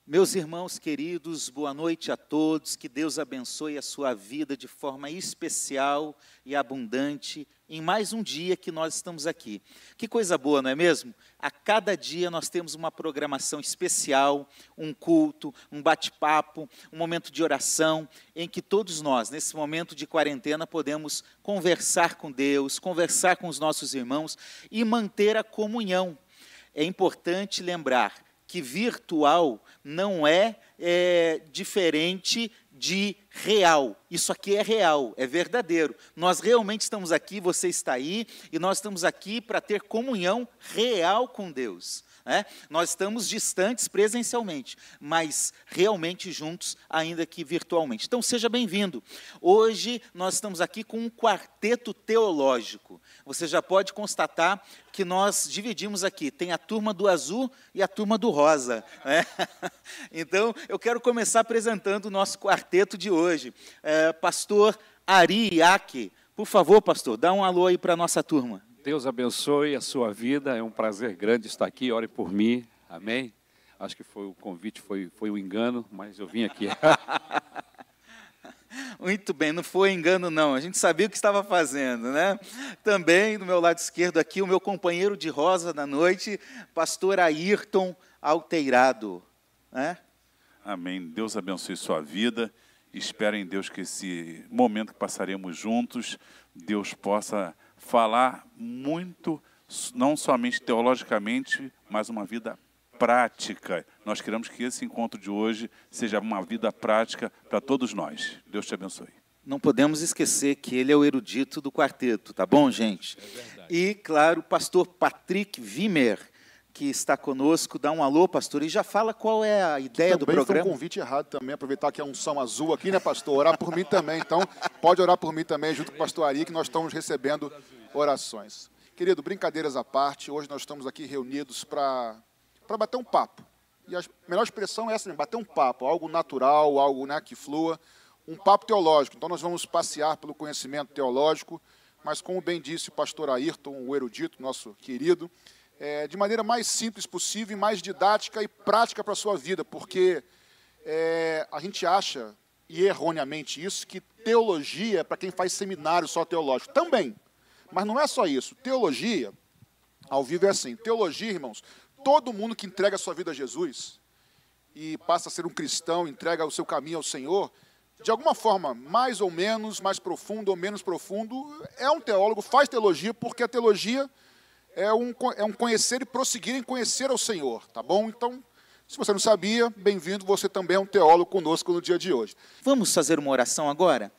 Meus irmãos queridos, boa noite a todos, que Deus abençoe a sua vida de forma especial e abundante em mais um dia que nós estamos aqui. Que coisa boa, não é mesmo? A cada dia nós temos uma programação especial, um culto, um bate-papo, um momento de oração, em que todos nós, nesse momento de quarentena, podemos conversar com Deus, conversar com os nossos irmãos e manter a comunhão. É importante lembrar que virtual não é diferente de real. Isso aqui é real, é verdadeiro. Nós realmente estamos aqui, você está aí, e nós estamos aqui para ter comunhão real com Deus. Nós estamos distantes presencialmente, mas realmente juntos, ainda que virtualmente. Então, seja bem-vindo. Hoje, nós estamos aqui com um quarteto teológico. Você já pode constatar que nós dividimos aqui. Tem a turma do azul e a turma do rosa. Então, eu quero começar apresentando o nosso quarteto de hoje. Pastor Ari Iaque. Por favor, pastor, dá um alô aí para a nossa turma. Deus abençoe a sua vida, é um prazer grande estar aqui, ore por mim, amém? Acho que foi o convite, foi um engano, mas eu vim aqui. Muito bem, não foi engano não, a gente sabia o que estava fazendo, né? Também, do meu lado esquerdo aqui, o meu companheiro de rosa da noite, pastor Ayrton Alteirado. Amém, Deus abençoe sua vida, espero em Deus que esse momento que passaremos juntos, Deus possa falar muito, não somente teologicamente, mas uma vida prática. Nós queremos que esse encontro de hoje seja uma vida prática para todos nós. Deus te abençoe. Não podemos esquecer que ele é o erudito do quarteto, tá bom, gente? É verdade. E, claro, o pastor Patrick Wimmer, que está conosco, dá um alô, pastor, e já fala qual é a ideia do programa. Também foi um convite errado também, aproveitar que é a unção azul aqui, né, pastor? Orar por mim também, então pode orar por mim também, junto com o pastor Ari, que nós estamos recebendo orações. Querido, brincadeiras à parte, hoje nós estamos aqui reunidos para bater um papo. E a melhor expressão é essa, bater um papo, algo natural, algo, né, que flua, um papo teológico. Então nós vamos passear pelo conhecimento teológico, mas como bem disse o pastor Ayrton, o erudito, nosso querido, de maneira mais simples possível e mais didática e prática para a sua vida, porque a gente acha, e erroneamente isso, que teologia é para quem faz seminário só teológico. Também, mas não é só isso. Teologia, ao vivo é assim. Teologia, irmãos, todo mundo que entrega a sua vida a Jesus e passa a ser um cristão, entrega o seu caminho ao Senhor, de alguma forma, mais ou menos, mais profundo ou menos profundo, é um teólogo, faz teologia, porque a teologia é um conhecer e prosseguir em conhecer ao Senhor, tá bom? Então, se você não sabia, bem-vindo, você também é um teólogo conosco no dia de hoje. Vamos fazer uma oração agora?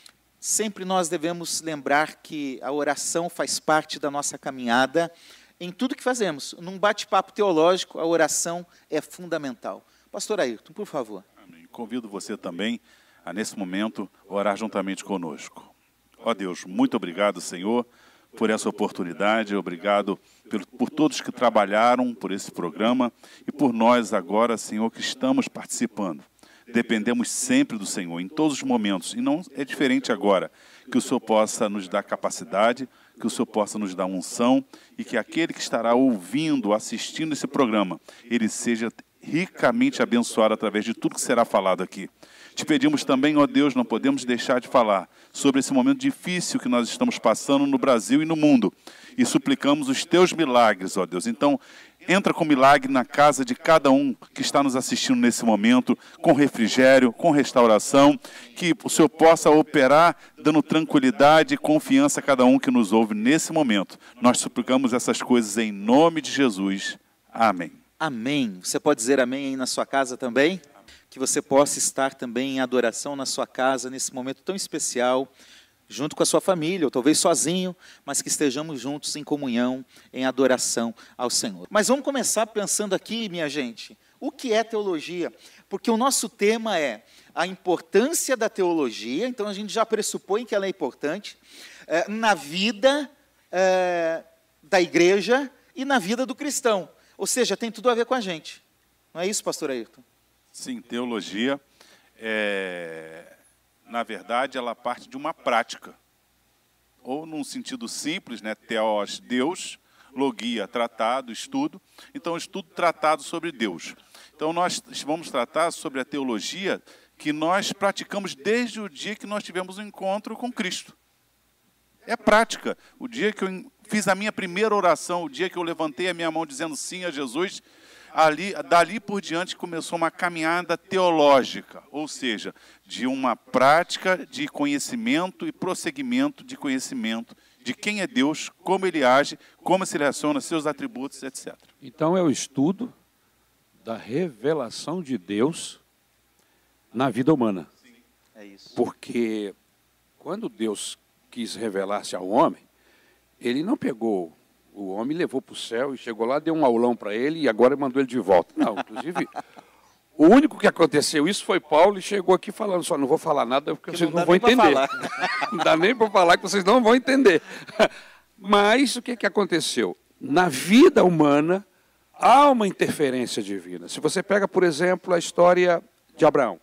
Sempre nós devemos lembrar que a oração faz parte da nossa caminhada em tudo que fazemos. Num bate-papo teológico, a oração é fundamental. Pastor Ayrton, por favor. Amém. Convido você também a, nesse momento, orar juntamente conosco. Ó Deus, muito obrigado, Senhor, por essa oportunidade, obrigado por todos que trabalharam por esse programa e por nós agora, Senhor, que estamos participando. Dependemos sempre do Senhor, em todos os momentos, e não é diferente agora, que o Senhor possa nos dar capacidade, que o Senhor possa nos dar unção e que aquele que estará ouvindo, assistindo esse programa, ele seja ricamente abençoado através de tudo que será falado aqui. Te pedimos também, ó Deus, não podemos deixar de falar sobre esse momento difícil que nós estamos passando no Brasil e no mundo. E suplicamos os teus milagres, ó Deus. Então, entra com milagre na casa de cada um que está nos assistindo nesse momento, com refrigério, com restauração, que o Senhor possa operar, dando tranquilidade e confiança a cada um que nos ouve nesse momento. Nós suplicamos essas coisas em nome de Jesus. Amém. Amém. Você pode dizer amém aí na sua casa também? Que você possa estar também em adoração na sua casa, nesse momento tão especial, junto com a sua família, ou talvez sozinho, mas que estejamos juntos em comunhão, em adoração ao Senhor. Mas vamos começar pensando aqui, minha gente, o que é teologia? Porque o nosso tema é a importância da teologia, então a gente já pressupõe que ela é importante, na vida da igreja e na vida do cristão. Ou seja, tem tudo a ver com a gente. Não é isso, pastor Ayrton? Sim, teologia, na verdade, ela parte de uma prática. Ou num sentido simples, né, teos, Deus, logia, tratado, estudo. Então, estudo tratado sobre Deus. Então, nós vamos tratar sobre a teologia que nós praticamos desde o dia que nós tivemos um encontro com Cristo. É prática. O dia que eu fiz a minha primeira oração, o dia que eu levantei a minha mão dizendo sim a Jesus, dali por diante começou uma caminhada teológica, ou seja, de uma prática de conhecimento e prosseguimento de conhecimento de quem é Deus, como Ele age, como se relaciona, seus atributos, etc. Então é o estudo da revelação de Deus na vida humana. É isso. Porque quando Deus quis revelar-se ao homem, Ele não pegou o homem, levou para o céu e chegou lá, deu um aulão para ele e agora mandou ele de volta. Não, inclusive, o único que aconteceu isso foi Paulo e chegou aqui falando, só não vou falar nada porque vocês não vão entender. Não dá nem para falar que vocês não vão entender. Mas o que aconteceu? Na vida humana, há uma interferência divina. Se você pega, por exemplo, a história de Abraão,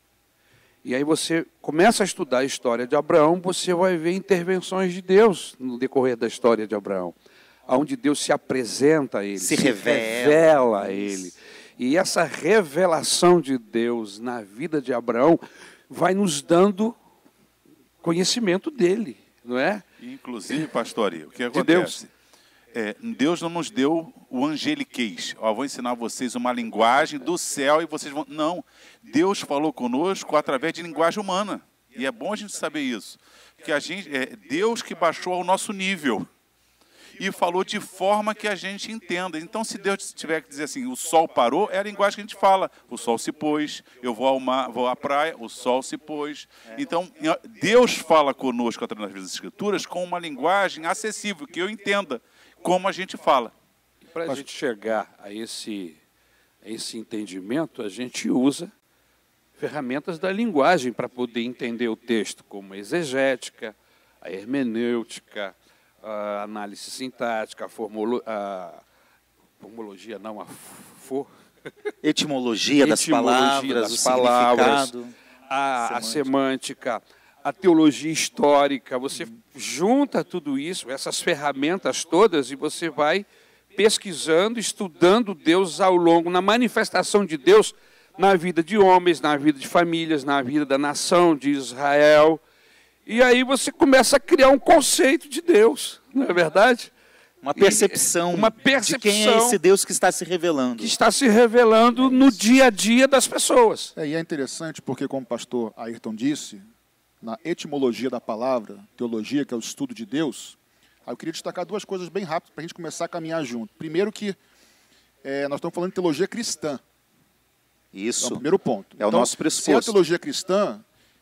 e aí você começa a estudar a história de Abraão, você vai ver intervenções de Deus no decorrer da história de Abraão, onde Deus se apresenta a ele, se revela a ele. E essa revelação de Deus na vida de Abraão vai nos dando conhecimento dele, não é? Inclusive, pastor, o que acontece? Deus não nos deu o angeliquez. Vou ensinar vocês uma linguagem do céu e vocês vão... Não, Deus falou conosco através de linguagem humana. E é bom a gente saber isso. Que Deus que baixou ao nosso nível e falou de forma que a gente entenda. Então, se Deus tiver que dizer assim, o sol parou, é a linguagem que a gente fala. O sol se pôs, eu vou ao mar, vou à praia, o sol se pôs. Então, Deus fala conosco através das Escrituras com uma linguagem acessível, que eu entenda como a gente fala. Para a gente chegar a esse entendimento, a gente usa ferramentas da linguagem para poder entender o texto, como a exegética, a hermenêutica, a análise sintática, etimologia das palavras, o significado, a semântica, a teologia histórica. Você junta tudo isso, essas ferramentas todas, e você vai pesquisando, estudando Deus ao longo, na manifestação de Deus na vida de homens, na vida de famílias, na vida da nação de Israel. E aí você começa a criar um conceito de Deus, não é verdade? Uma percepção de quem é esse Deus que está se revelando. Que está se revelando no dia a dia das pessoas. E é interessante porque, como o pastor Ayrton disse, na etimologia da palavra, teologia, que é o estudo de Deus, eu queria destacar duas coisas bem rápidas para a gente começar a caminhar junto. Primeiro que nós estamos falando de teologia cristã. Isso. É o primeiro ponto. É o nosso pressuposto. Se a teologia cristã,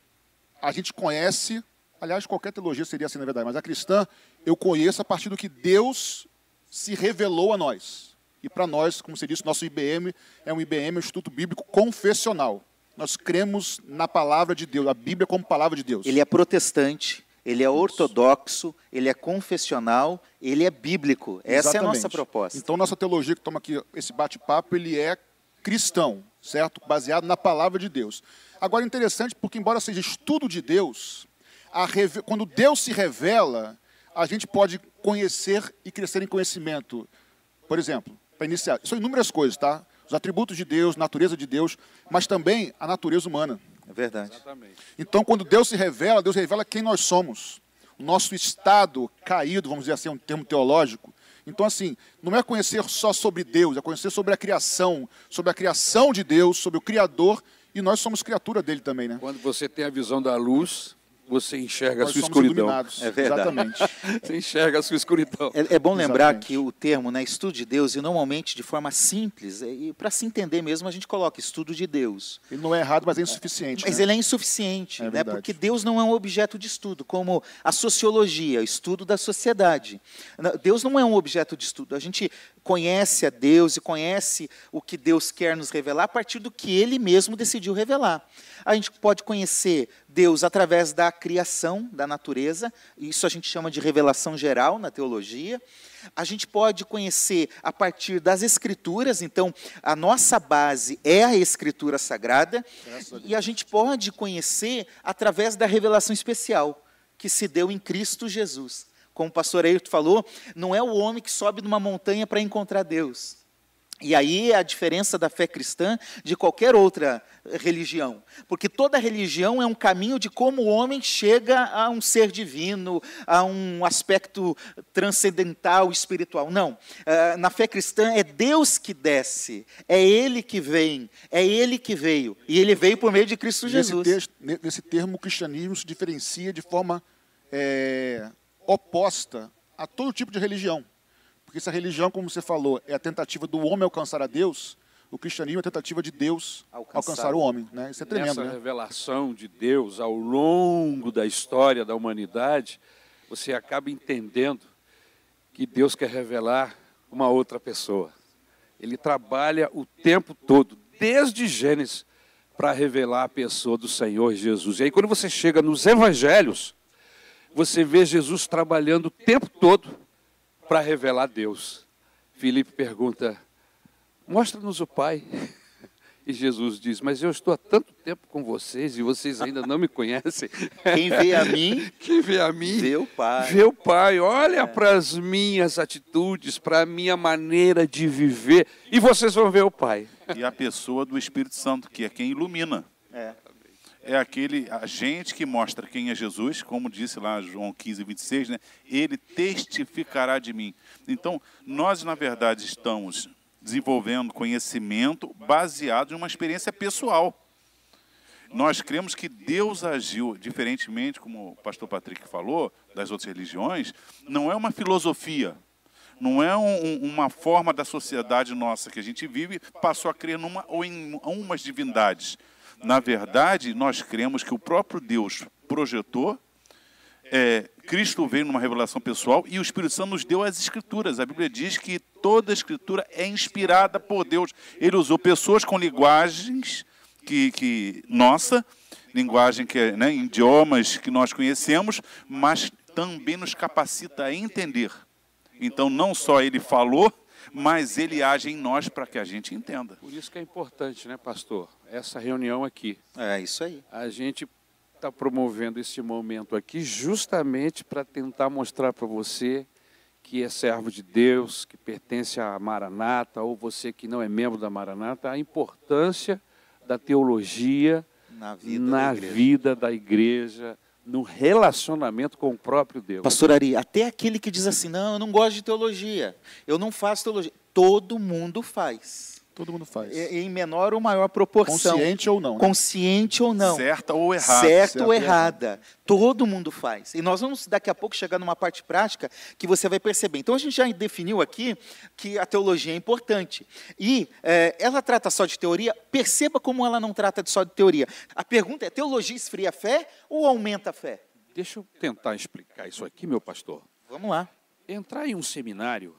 a gente conhece, aliás, qualquer teologia seria assim, na verdade, mas a cristã eu conheço a partir do que Deus se revelou a nós. E para nós, como você disse, nosso IBM é um Instituto Bíblico Confessional. Nós cremos na palavra de Deus, a Bíblia como palavra de Deus. Ele é protestante, ele é ortodoxo, ele é confessional, ele é bíblico. Essa é a nossa proposta. Então, nossa teologia que toma aqui esse bate-papo, ele é cristão, certo? Baseado na palavra de Deus. Agora, interessante, porque embora seja estudo de Deus, quando Deus se revela, a gente pode conhecer e crescer em conhecimento. Por exemplo, para iniciar, são inúmeras coisas, tá? Os atributos de Deus, natureza de Deus, mas também a natureza humana. É verdade. Exatamente. Então, quando Deus revela quem nós somos. O nosso estado caído, vamos dizer assim, é um termo teológico. Então, assim, não é conhecer só sobre Deus, é conhecer sobre a criação de Deus, sobre o Criador, e nós somos criatura dele também, né? Quando você tem a visão da luz, você enxerga nós a sua somos escuridão. Iluminados. É verdade. Exatamente. Você enxerga a sua escuridão. É bom lembrar Exatamente. que o termo, né, estudo de Deus, e normalmente de forma simples, e para se entender mesmo, a gente coloca estudo de Deus. Ele não é errado, mas é insuficiente. Mas né? ele é insuficiente, né, verdade. porque Deus não é um objeto de estudo, como a sociologia, o estudo da sociedade. Deus não é um objeto de estudo. A gente conhece a Deus e conhece o que Deus quer nos revelar a partir do que Ele mesmo decidiu revelar. A gente pode conhecer Deus através da criação da natureza, isso a gente chama de revelação geral na teologia. A gente pode conhecer a partir das Escrituras, então a nossa base é a Escritura Sagrada, e a gente pode conhecer através da revelação especial, que se deu em Cristo Jesus. Como o pastor Ayrton falou, não é o homem que sobe numa montanha para encontrar Deus. E aí é a diferença da fé cristã de qualquer outra religião. Porque toda religião é um caminho de como o homem chega a um ser divino, a um aspecto transcendental, espiritual. Não. Na fé cristã é Deus que desce, é Ele que vem, é Ele que veio. E Ele veio por meio de Cristo Jesus. Nesse termo, o cristianismo se diferencia de forma oposta a todo tipo de religião. Porque se a religião, como você falou, é a tentativa do homem alcançar a Deus, o cristianismo é a tentativa de Deus alcançar o homem. Né? Isso é tremendo. Nessa revelação de Deus ao longo da história da humanidade, você acaba entendendo que Deus quer revelar uma outra pessoa. Ele trabalha o tempo todo, desde Gênesis, para revelar a pessoa do Senhor Jesus. E aí quando você chega nos evangelhos, você vê Jesus trabalhando o tempo todo para revelar Deus. Filipe pergunta, mostra-nos o Pai. E Jesus diz, mas eu estou há tanto tempo com vocês e vocês ainda não me conhecem. Quem vê a mim, vê o Pai. Vê o Pai, olha para as minhas atitudes, para a minha maneira de viver, e vocês vão ver o Pai. E a pessoa do Espírito Santo, que é quem ilumina. É aquele agente que mostra quem é Jesus, como disse lá João 15, 26, né? Ele testificará de mim. Então, nós, na verdade, estamos desenvolvendo conhecimento baseado em uma experiência pessoal. Nós cremos que Deus agiu, diferentemente, como o pastor Patrick falou, das outras religiões, não é uma filosofia, não é uma forma da sociedade nossa que a gente vive, passou a crer numa ou em umas divindades. Na verdade, nós cremos que o próprio Deus projetou, Cristo veio numa revelação pessoal e o Espírito Santo nos deu as Escrituras. A Bíblia diz que toda a Escritura é inspirada por Deus. Ele usou pessoas com linguagens nossa, linguagem que né, idiomas que nós conhecemos, mas também nos capacita a entender. Então, não só ele falou, mas ele age em nós para que a gente entenda. Por isso que é importante, né, pastor? Essa reunião aqui. É isso aí. A gente está promovendo esse momento aqui justamente para tentar mostrar para você que é servo de Deus, que pertence à Maranata, ou você que não é membro da Maranata, a importância da teologia na vida da igreja, no relacionamento com o próprio Deus. Pastor Ari, até aquele que diz assim, não, eu não gosto de teologia, eu não faço teologia. Todo mundo faz. Todo mundo faz. Em menor ou maior proporção. Consciente ou não. Né? Consciente ou não. Certa ou errada. Certa ou errada. Todo mundo faz. E nós vamos daqui a pouco chegar numa parte prática que você vai perceber. Então a gente já definiu aqui que a teologia é importante. E ela trata só de teoria. Perceba como ela não trata só de teoria. A pergunta é, teologia esfria a fé ou aumenta a fé? Deixa eu tentar explicar isso aqui, meu pastor. Vamos lá. Entrar em um seminário,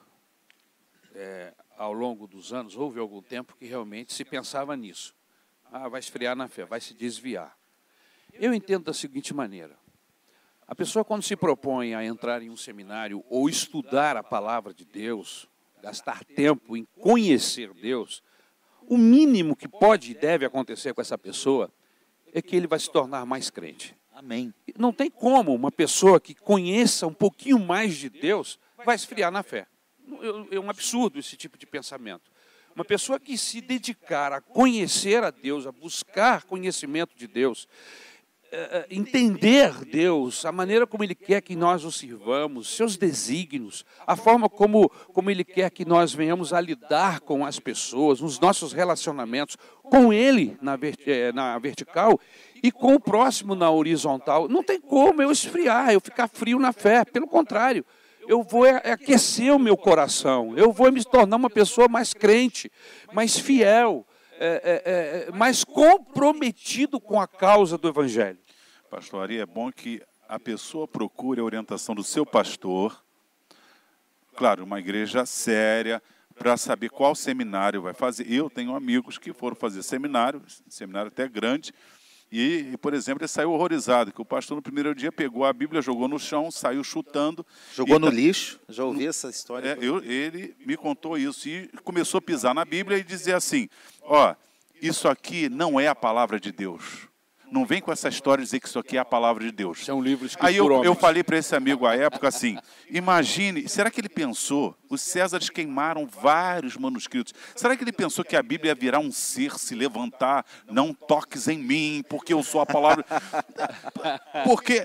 ao longo dos anos, houve algum tempo que realmente se pensava nisso. Vai esfriar na fé, vai se desviar. Eu entendo da seguinte maneira. A pessoa, quando se propõe a entrar em um seminário ou estudar a palavra de Deus, gastar tempo em conhecer Deus, o mínimo que pode e deve acontecer com essa pessoa é que ele vai se tornar mais crente. Amém. Não tem como uma pessoa que conheça um pouquinho mais de Deus vai esfriar na fé. É um absurdo esse tipo de pensamento. Uma pessoa que se dedicar a conhecer a Deus, a buscar conhecimento de Deus, entender Deus, a maneira como Ele quer que nós o sirvamos, seus desígnios, a forma como Ele quer que nós venhamos a lidar com as pessoas, nos nossos relacionamentos, com Ele na vertical e com o próximo na horizontal. Não tem como eu esfriar, eu ficar frio na fé, pelo contrário. Eu vou aquecer o meu coração, eu vou me tornar uma pessoa mais crente, mais fiel, mais comprometido com a causa do Evangelho. Pastor Ari, é bom que a pessoa procure a orientação do seu pastor, claro, uma igreja séria, para saber qual seminário vai fazer. Eu tenho amigos que foram fazer seminário até grande, e, por exemplo, ele saiu horrorizado, que o pastor no primeiro dia pegou a Bíblia, jogou no chão, saiu chutando. Jogou no lixo? Já ouvi essa história. Ele me contou isso e começou a pisar na Bíblia e dizer assim, isso aqui não é a palavra de Deus. Não vem com essa história de dizer que isso aqui é a palavra de Deus. Isso é um livro escrito Aí por eu homens. falei para esse amigo à época assim, imagine, será que ele pensou, os Césares queimaram vários manuscritos, será que ele pensou que a Bíblia ia virar um ser, se levantar, não toques em mim, porque eu sou a palavra... Porque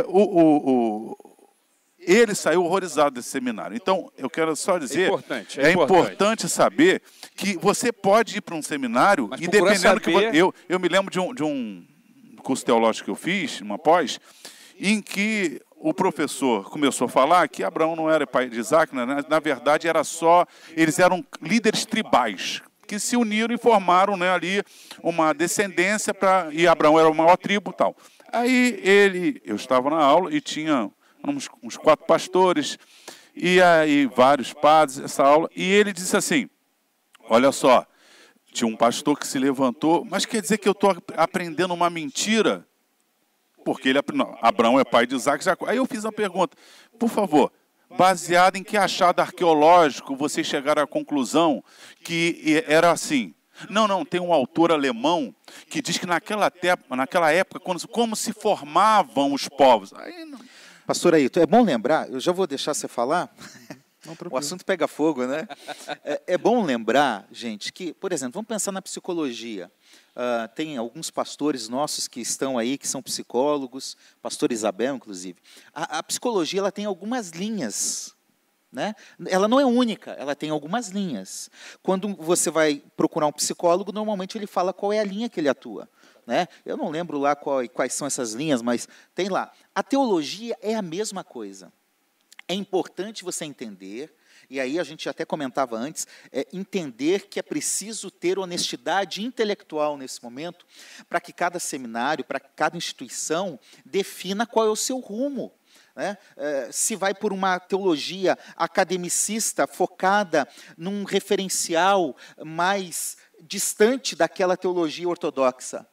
ele saiu horrorizado desse seminário. Então, eu quero só dizer, é importante saber que você pode ir para um seminário e dependendo que eu me lembro de um curso teológico que eu fiz, uma pós, em que o professor começou a falar que Abraão não era pai de Isaac, na verdade eles eram líderes tribais, que se uniram e formaram, né, ali uma descendência, e Abraão era a maior tribo e tal. Aí eu estava na aula e tinha uns 4 pastores, e aí vários padres, essa aula, e ele disse assim, olha só, tinha um pastor que se levantou, mas quer dizer que eu estou aprendendo uma mentira? Porque Abraão é pai de Isaac, Jacó. Aí eu fiz a pergunta, por favor, baseado em que achado arqueológico vocês chegaram à conclusão que era assim? Não, tem um autor alemão que diz que naquela época, como se formavam os povos. Aí não... Pastor Ayrton, é bom lembrar, eu já vou deixar você falar, o assunto pega fogo, né? É bom lembrar, gente, que, por exemplo, vamos pensar na psicologia. Tem alguns pastores nossos que estão aí, que são psicólogos, pastor Isabel, inclusive. A psicologia ela tem algumas linhas, né? Ela não é única, ela tem algumas linhas. Quando você vai procurar um psicólogo, normalmente ele fala qual é a linha que ele atua. Né? Eu não lembro lá quais são essas linhas, mas tem lá. A teologia é a mesma coisa. É importante você entender, e aí a gente até comentava antes, entender que é preciso ter honestidade intelectual nesse momento, para que cada seminário, para que cada instituição defina qual é o seu rumo. Né? Se vai por uma teologia academicista focada num referencial mais distante daquela teologia ortodoxa.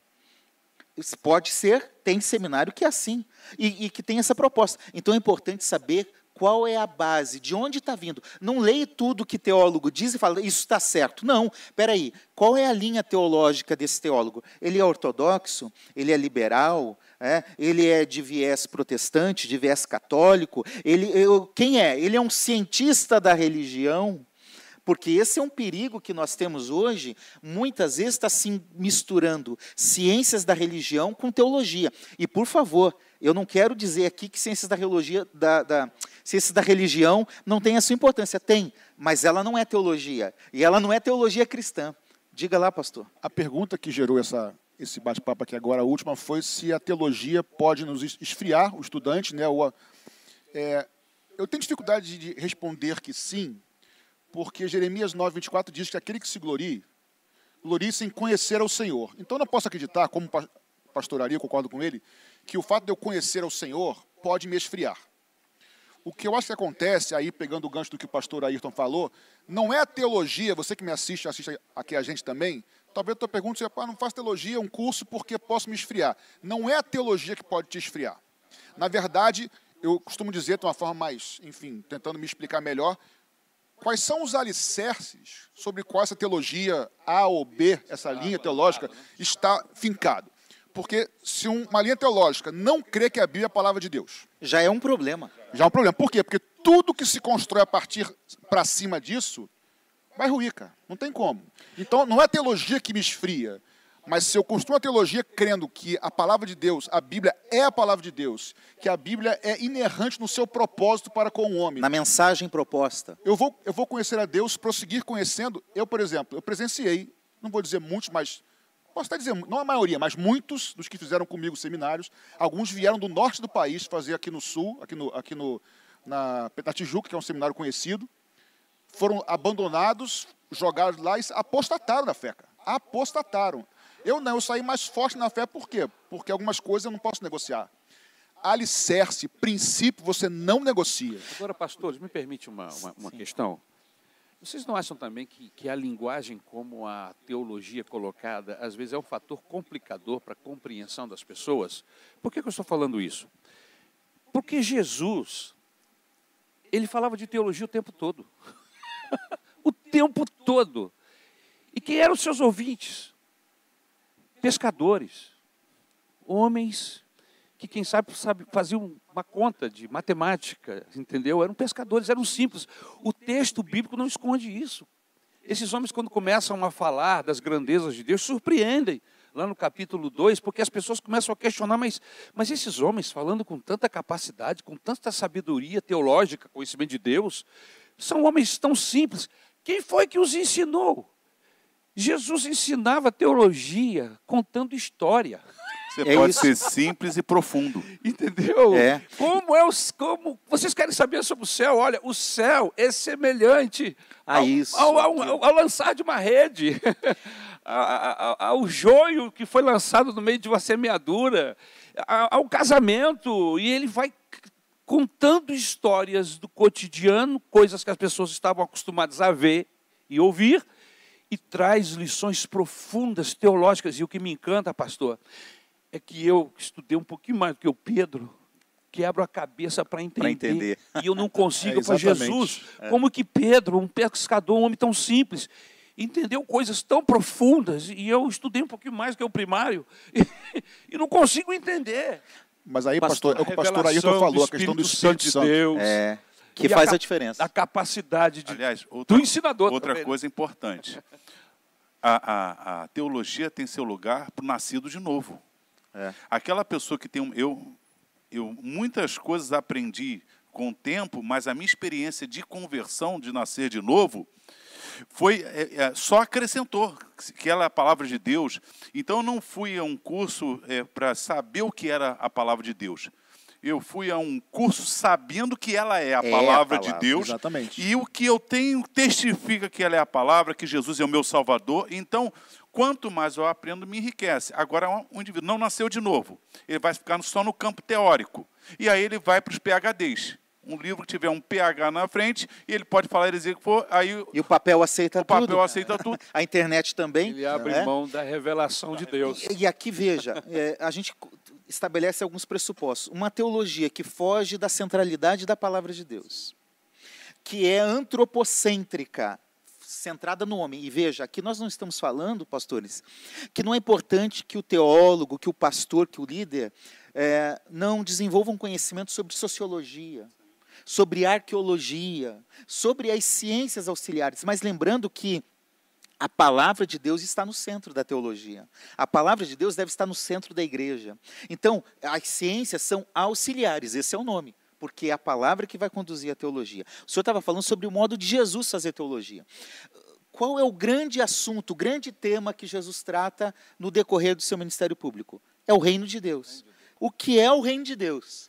Pode ser, tem seminário que é assim, e que tem essa proposta. Então é importante saber qual é a base, de onde está vindo. Não leia tudo que teólogo diz e fala, isso está certo. Não, espera aí, qual é a linha teológica desse teólogo? Ele é ortodoxo? Ele é liberal? Ele é de viés protestante, de viés católico? Quem é? Ele é um cientista da religião? Porque esse é um perigo que nós temos hoje, muitas vezes está se misturando ciências da religião com teologia. E, por favor, eu não quero dizer aqui que ciências da religião não tem a sua importância. Tem, mas ela não é teologia. E ela não é teologia cristã. Diga lá, pastor. A pergunta que gerou esse bate-papo aqui agora, a última, foi se a teologia pode nos esfriar, o estudante, né? Eu tenho dificuldade de responder que sim, porque Jeremias 9:24 diz que aquele que se glorie-se em conhecer ao Senhor. Então, eu não posso acreditar, como pastor Ari, eu concordo com ele, que o fato de eu conhecer ao Senhor pode me esfriar. O que eu acho que acontece, aí pegando o gancho do que o pastor Ayrton falou, não é a teologia, você que me assiste aqui a gente também, talvez a tua pergunta seja, não faço teologia, um curso, porque posso me esfriar. Não é a teologia que pode te esfriar. Na verdade, eu costumo dizer de uma forma mais, enfim, tentando me explicar melhor, quais são os alicerces sobre qual essa teologia A ou B, essa linha teológica, está fincado? Porque se uma linha teológica não crê que a Bíblia é a palavra de Deus... Já é um problema. Já é um problema. Por quê? Porque tudo que se constrói a partir para cima disso vai ruir, cara. Não tem como. Então, não é a teologia que me esfria, mas se eu construo a teologia crendo que a palavra de Deus, a Bíblia é a palavra de Deus, que a Bíblia é inerrante no seu propósito para com o homem. Na mensagem proposta. Eu vou conhecer a Deus, prosseguir conhecendo. Eu, por exemplo, eu presenciei, não vou dizer muitos, mas posso até dizer, não a maioria, mas muitos dos que fizeram comigo seminários, alguns vieram do norte do país fazer aqui no sul, na Tijuca, que é um seminário conhecido, foram abandonados, jogados lá e apostataram na fé, cara. Apostataram. Eu saí mais forte na fé, por quê? Porque algumas coisas eu não posso negociar. Alicerce, princípio, você não negocia. Agora, pastores, me permite uma questão. Vocês não acham também que a linguagem como a teologia colocada, às vezes é um fator complicador para a compreensão das pessoas? Por que eu estou falando isso? Porque Jesus, ele falava de teologia o tempo todo. O tempo todo. E quem eram os seus ouvintes? Pescadores, homens que, quem sabe faziam uma conta de matemática, entendeu? Eram pescadores, eram simples. O texto bíblico não esconde isso. Esses homens, quando começam a falar das grandezas de Deus, surpreendem. Lá no capítulo 2, porque as pessoas começam a questionar, mas esses homens falando com tanta capacidade, com tanta sabedoria teológica, conhecimento de Deus, são homens tão simples. Quem foi que os ensinou? Jesus ensinava teologia contando história. Você pode ser simples e profundo. Entendeu? Como vocês querem saber sobre o céu? Olha, o céu é semelhante ao lançar de uma rede, ao joio que foi lançado no meio de uma semeadura, ao casamento, e ele vai contando histórias do cotidiano, coisas que as pessoas estavam acostumadas a ver e ouvir, e traz lições profundas, teológicas. E o que me encanta, pastor, é que eu estudei um pouquinho mais do que o Pedro, quebro a cabeça para entender. E eu não consigo para Jesus. Como que Pedro, um pescador, um homem tão simples, entendeu coisas tão profundas, e eu estudei um pouquinho mais do que o primário, e não consigo entender. Mas aí, pastor, é o que o pastor Ayrton falou, a questão do Espírito Santo. Deus, que faz a diferença. A capacidade Aliás, do ensinador. Outra coisa importante. A teologia tem seu lugar para o nascido de novo. Aquela pessoa que tem eu muitas coisas aprendi com o tempo, mas a minha experiência de conversão, de nascer de novo, só acrescentou que ela é a palavra de Deus. Então eu não fui a um curso para saber o que era a palavra de Deus. Eu fui a um curso sabendo que ela é a palavra de Deus. Exatamente. E o que eu tenho testifica que ela é a palavra, que Jesus é o meu Salvador. Então, quanto mais eu aprendo, me enriquece. Agora, um indivíduo não nasceu de novo. Ele vai ficar só no campo teórico. E aí ele vai para os PhDs. Um livro que tiver um PH na frente, e ele pode falar heresia que for, aí e o papel aceita tudo. O papel aceita tudo. A internet também. Ele abre mão da revelação de Deus. E aqui, veja, a gente estabelece alguns pressupostos. Uma teologia que foge da centralidade da palavra de Deus, que é antropocêntrica, centrada no homem. E veja, aqui nós não estamos falando, pastores, que não é importante que o teólogo, que o pastor, que o líder, não desenvolva um conhecimento sobre sociologia, sobre arqueologia, sobre as ciências auxiliares, mas lembrando que a palavra de Deus está no centro da teologia. A palavra de Deus deve estar no centro da igreja. Então, as ciências são auxiliares, esse é o nome, porque é a palavra que vai conduzir a teologia. O senhor estava falando sobre o modo de Jesus fazer teologia. Qual é o grande assunto, o grande tema que Jesus trata no decorrer do seu ministério público? É o reino de Deus. O que é o reino de Deus?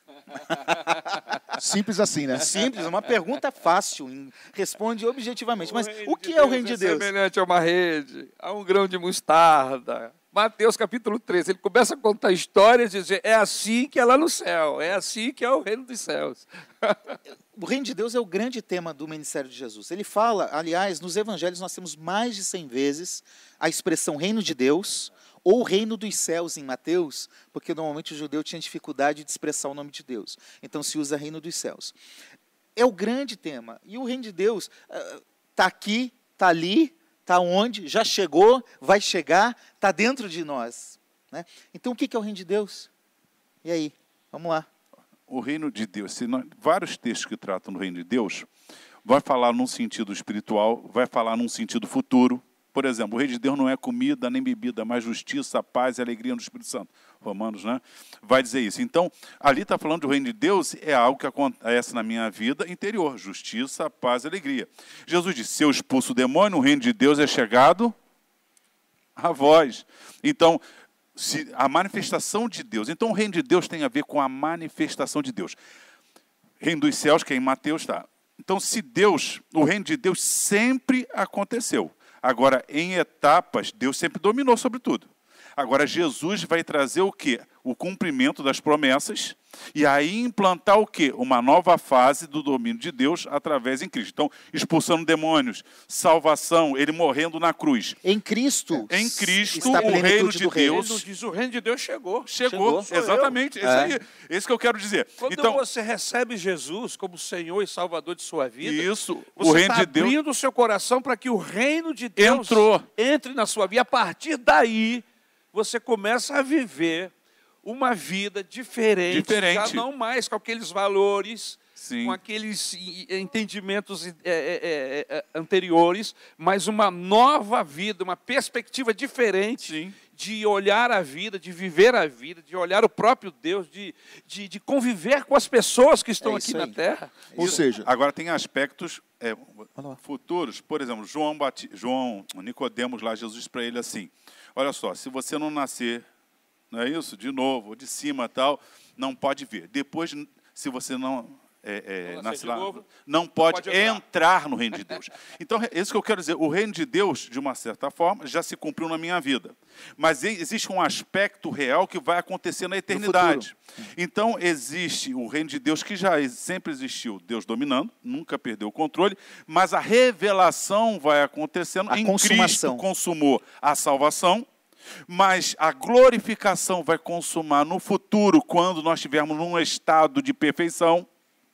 Simples assim, né? Simples, uma pergunta fácil, responde objetivamente. Mas o que é o reino de Deus? É semelhante a uma rede, a um grão de mostarda. Mateus capítulo 13, ele começa a contar histórias e dizer, é assim que é lá no céu, é assim que é o reino dos céus. O reino de Deus é o grande tema do ministério de Jesus. Ele fala, aliás, nos evangelhos nós temos mais de 100 vezes a expressão reino de Deus, ou reino dos céus em Mateus, porque normalmente o judeu tinha dificuldade de expressar o nome de Deus. Então se usa reino dos céus. É o grande tema. E o reino de Deus está aqui, está ali, está onde, já chegou, vai chegar, está dentro de nós. Né? Então o que é o reino de Deus? E aí? Vamos lá. O reino de Deus, vários textos que tratam do reino de Deus, vai falar num sentido espiritual, vai falar num sentido futuro. Por exemplo, o reino de Deus não é comida nem bebida, mas justiça, paz e alegria no Espírito Santo. Romanos, né? Vai dizer isso. Então, ali está falando do reino de Deus, é algo que acontece na minha vida interior. Justiça, paz e alegria. Jesus disse, se eu expulso o demônio, o reino de Deus é chegado a vós. Então, a manifestação de Deus. Então, o reino de Deus tem a ver com a manifestação de Deus. Reino dos céus, que é em Mateus está. Então, o reino de Deus sempre aconteceu. Agora, em etapas, Deus sempre dominou sobre tudo. Agora, Jesus vai trazer o quê? O cumprimento das promessas e aí implantar o quê? Uma nova fase do domínio de Deus através em Cristo. Então, expulsando demônios, salvação, ele morrendo na cruz. Em Cristo está o reino de Deus. Ele diz, o reino de Deus chegou. Exatamente. Esse que eu quero dizer. Quando então, você recebe Jesus como Senhor e Salvador de sua vida, o reino de Deus abrindo o seu coração para que o reino de Deus entre na sua vida. E a partir daí, você começa a viver uma vida diferente, já não mais com aqueles valores, Sim. com aqueles entendimentos anteriores, mas uma nova vida, uma perspectiva diferente. Sim. De olhar a vida, de viver a vida, de olhar o próprio Deus, de conviver com as pessoas que estão aqui na terra. Ou seja, agora tem aspectos futuros. Por exemplo, Nicodemos lá, Jesus disse para ele assim: olha só, se você não nascer, não é isso? De novo, de cima tal, não pode ver. Depois, se você não nascer lá, não pode entrar no reino de Deus. Então, é isso que eu quero dizer. O reino de Deus, de uma certa forma, já se cumpriu na minha vida. Mas existe um aspecto real que vai acontecer na eternidade. Então, existe o reino de Deus que já sempre existiu, Deus dominando, nunca perdeu o controle, mas a revelação vai acontecendo. A em consumação. Cristo consumou a salvação, mas a glorificação vai consumar no futuro, quando nós estivermos num estado de perfeição.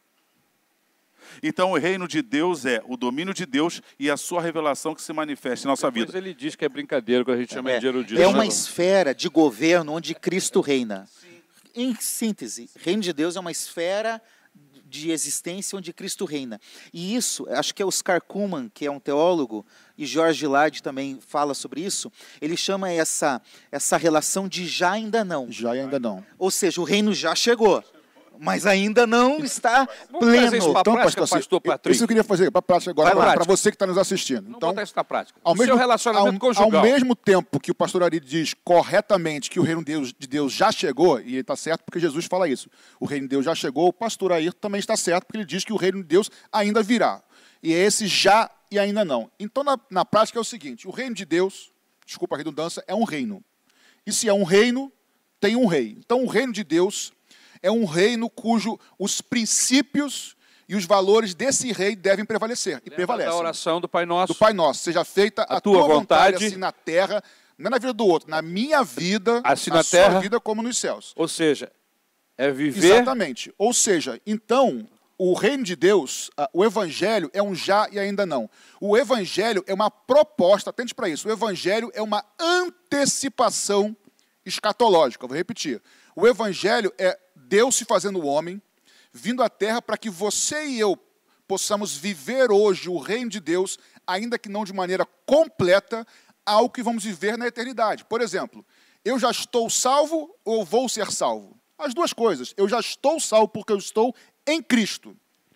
Então, o reino de Deus é o domínio de Deus e a sua revelação que se manifesta em nossa vida. Mas ele diz que é brincadeira, que a gente chama de erudito. É uma esfera de governo onde Cristo reina. Em síntese, reino de Deus é uma esfera de existência onde Cristo reina. E isso, acho que é Oscar Cullmann, que é um teólogo, e George Lard também fala sobre isso, ele chama essa relação de já ainda não. Já e ainda não. Ou seja, o reino já chegou, mas ainda não está pleno. Então, pastor Patrick, isso eu queria fazer para a prática agora, para você que está nos assistindo. Então, botar isso na prática. Seu relacionamento conjugal. Ao mesmo tempo que o pastor Ari diz corretamente que o reino de Deus já chegou, e ele está certo porque Jesus fala isso, o reino de Deus já chegou, o pastor Ari também está certo porque ele diz que o reino de Deus ainda virá. E é esse já e ainda não. Então, na prática é o seguinte, o reino de Deus, desculpa a redundância, é um reino. E se é um reino, tem um rei. Então, o reino de Deus é um reino cujo os princípios e os valores desse rei devem prevalecer. E prevalecem. A oração do Pai Nosso. Do Pai Nosso. Seja feita a tua vontade, assim na terra, não é na vida do outro, na minha vida, assim na sua vida como nos céus. Ou seja, é viver... Exatamente. Ou seja, então, o reino de Deus, o evangelho é um já e ainda não. O evangelho é uma proposta, atente para isso, o evangelho é uma antecipação escatológica. Eu vou repetir. O evangelho é Deus se fazendo homem, vindo à terra para que você e eu possamos viver hoje o reino de Deus, ainda que não de maneira completa, ao que vamos viver na eternidade. Por exemplo, eu já estou salvo ou vou ser salvo? As duas coisas. Eu já estou salvo porque eu estou em Cristo.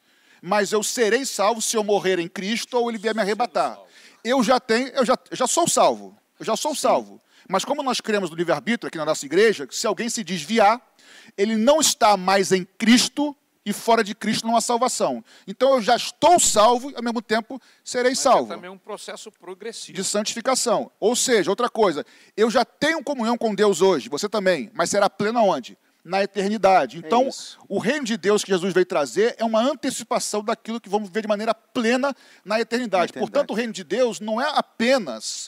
Mas eu serei salvo se eu morrer em Cristo ou ele vier me arrebatar. Eu já sou salvo. Eu já sou salvo. Mas como nós cremos no livre-arbítrio aqui na nossa igreja, que se alguém se desviar, ele não está mais em Cristo e fora de Cristo não há salvação. Então eu já estou salvo e ao mesmo tempo serei salvo. É também um processo progressivo. De santificação. Ou seja, outra coisa, eu já tenho comunhão com Deus hoje, você também, mas será plena onde? Na eternidade. Então, o reino de Deus que Jesus veio trazer é uma antecipação daquilo que vamos ver de maneira plena na eternidade. Portanto, o reino de Deus não é apenas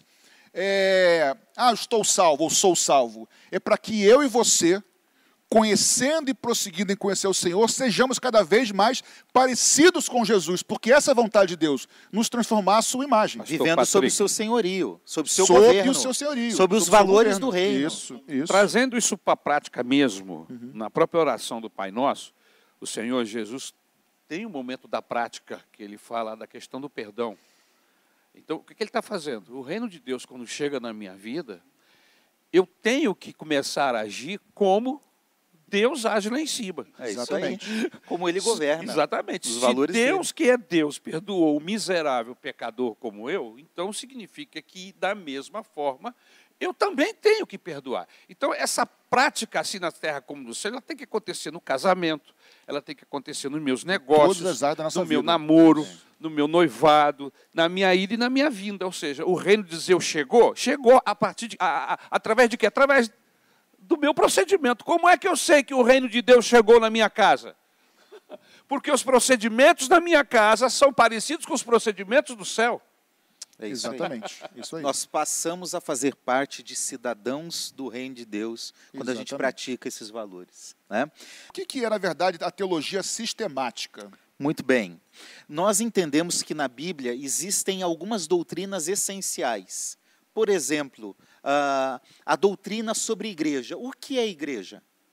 estou salvo ou sou salvo. É para que eu e você, conhecendo e prosseguindo em conhecer o Senhor, sejamos cada vez mais parecidos com Jesus, porque essa é a vontade de Deus, nos transformar à sua imagem. Vivendo sob o seu senhorio, sob o seu governo. Sob o seu senhorio. Sob os valores do reino. Isso. Trazendo isso para a prática mesmo, na própria oração do Pai Nosso, o Senhor Jesus tem um momento da prática que ele fala da questão do perdão. Então, o que ele está fazendo? O reino de Deus, quando chega na minha vida, eu tenho que começar a agir como Deus age lá em cima. Exatamente. Como ele governa. Exatamente. Os Se valores Deus, dele. que é Deus, perdoou o miserável pecador como eu, então significa que, da mesma forma, eu também tenho que perdoar. Então, essa prática, assim na terra como no céu, ela tem que acontecer no casamento, ela tem que acontecer nos meus negócios, no meu namoro, no meu noivado, na minha ida e na minha vinda. Ou seja, o reino de Deus chegou a partir de... através de quê? Através do meu procedimento. Como é que eu sei que o reino de Deus chegou na minha casa? Porque os procedimentos da minha casa são parecidos com os procedimentos do céu. É isso Exatamente. aí. Isso aí. Nós passamos a fazer parte de cidadãos do reino de Deus quando a gente pratica esses valores. Né? O que é, na verdade, a teologia sistemática? Muito bem. Nós entendemos que na Bíblia existem algumas doutrinas essenciais. Por exemplo, a doutrina sobre a igreja. O que é a igreja?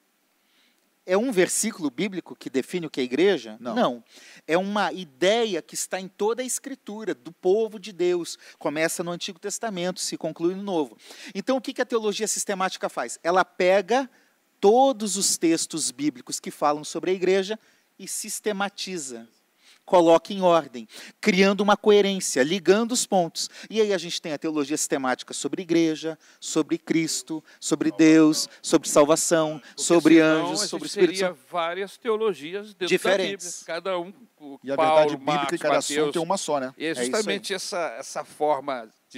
É um versículo bíblico que define o que é igreja? Não. É uma ideia que está em toda a Escritura, do povo de Deus. Começa no Antigo Testamento, se conclui no Novo. Então, o que a teologia sistemática faz? Ela pega todos os textos bíblicos que falam sobre a igreja e sistematiza. Coloca em ordem, criando uma coerência, ligando os pontos. E aí a gente tem a teologia sistemática sobre igreja, sobre Cristo, sobre Deus, sobre salvação, sobre anjos, sobre o Espírito Santo. Teria várias teologias dentro diferentes. Da Bíblia, cada um, E a Paulo, verdade bíblica Marcos, em cada Mateus, assunto é uma só, né? E é justamente essa forma de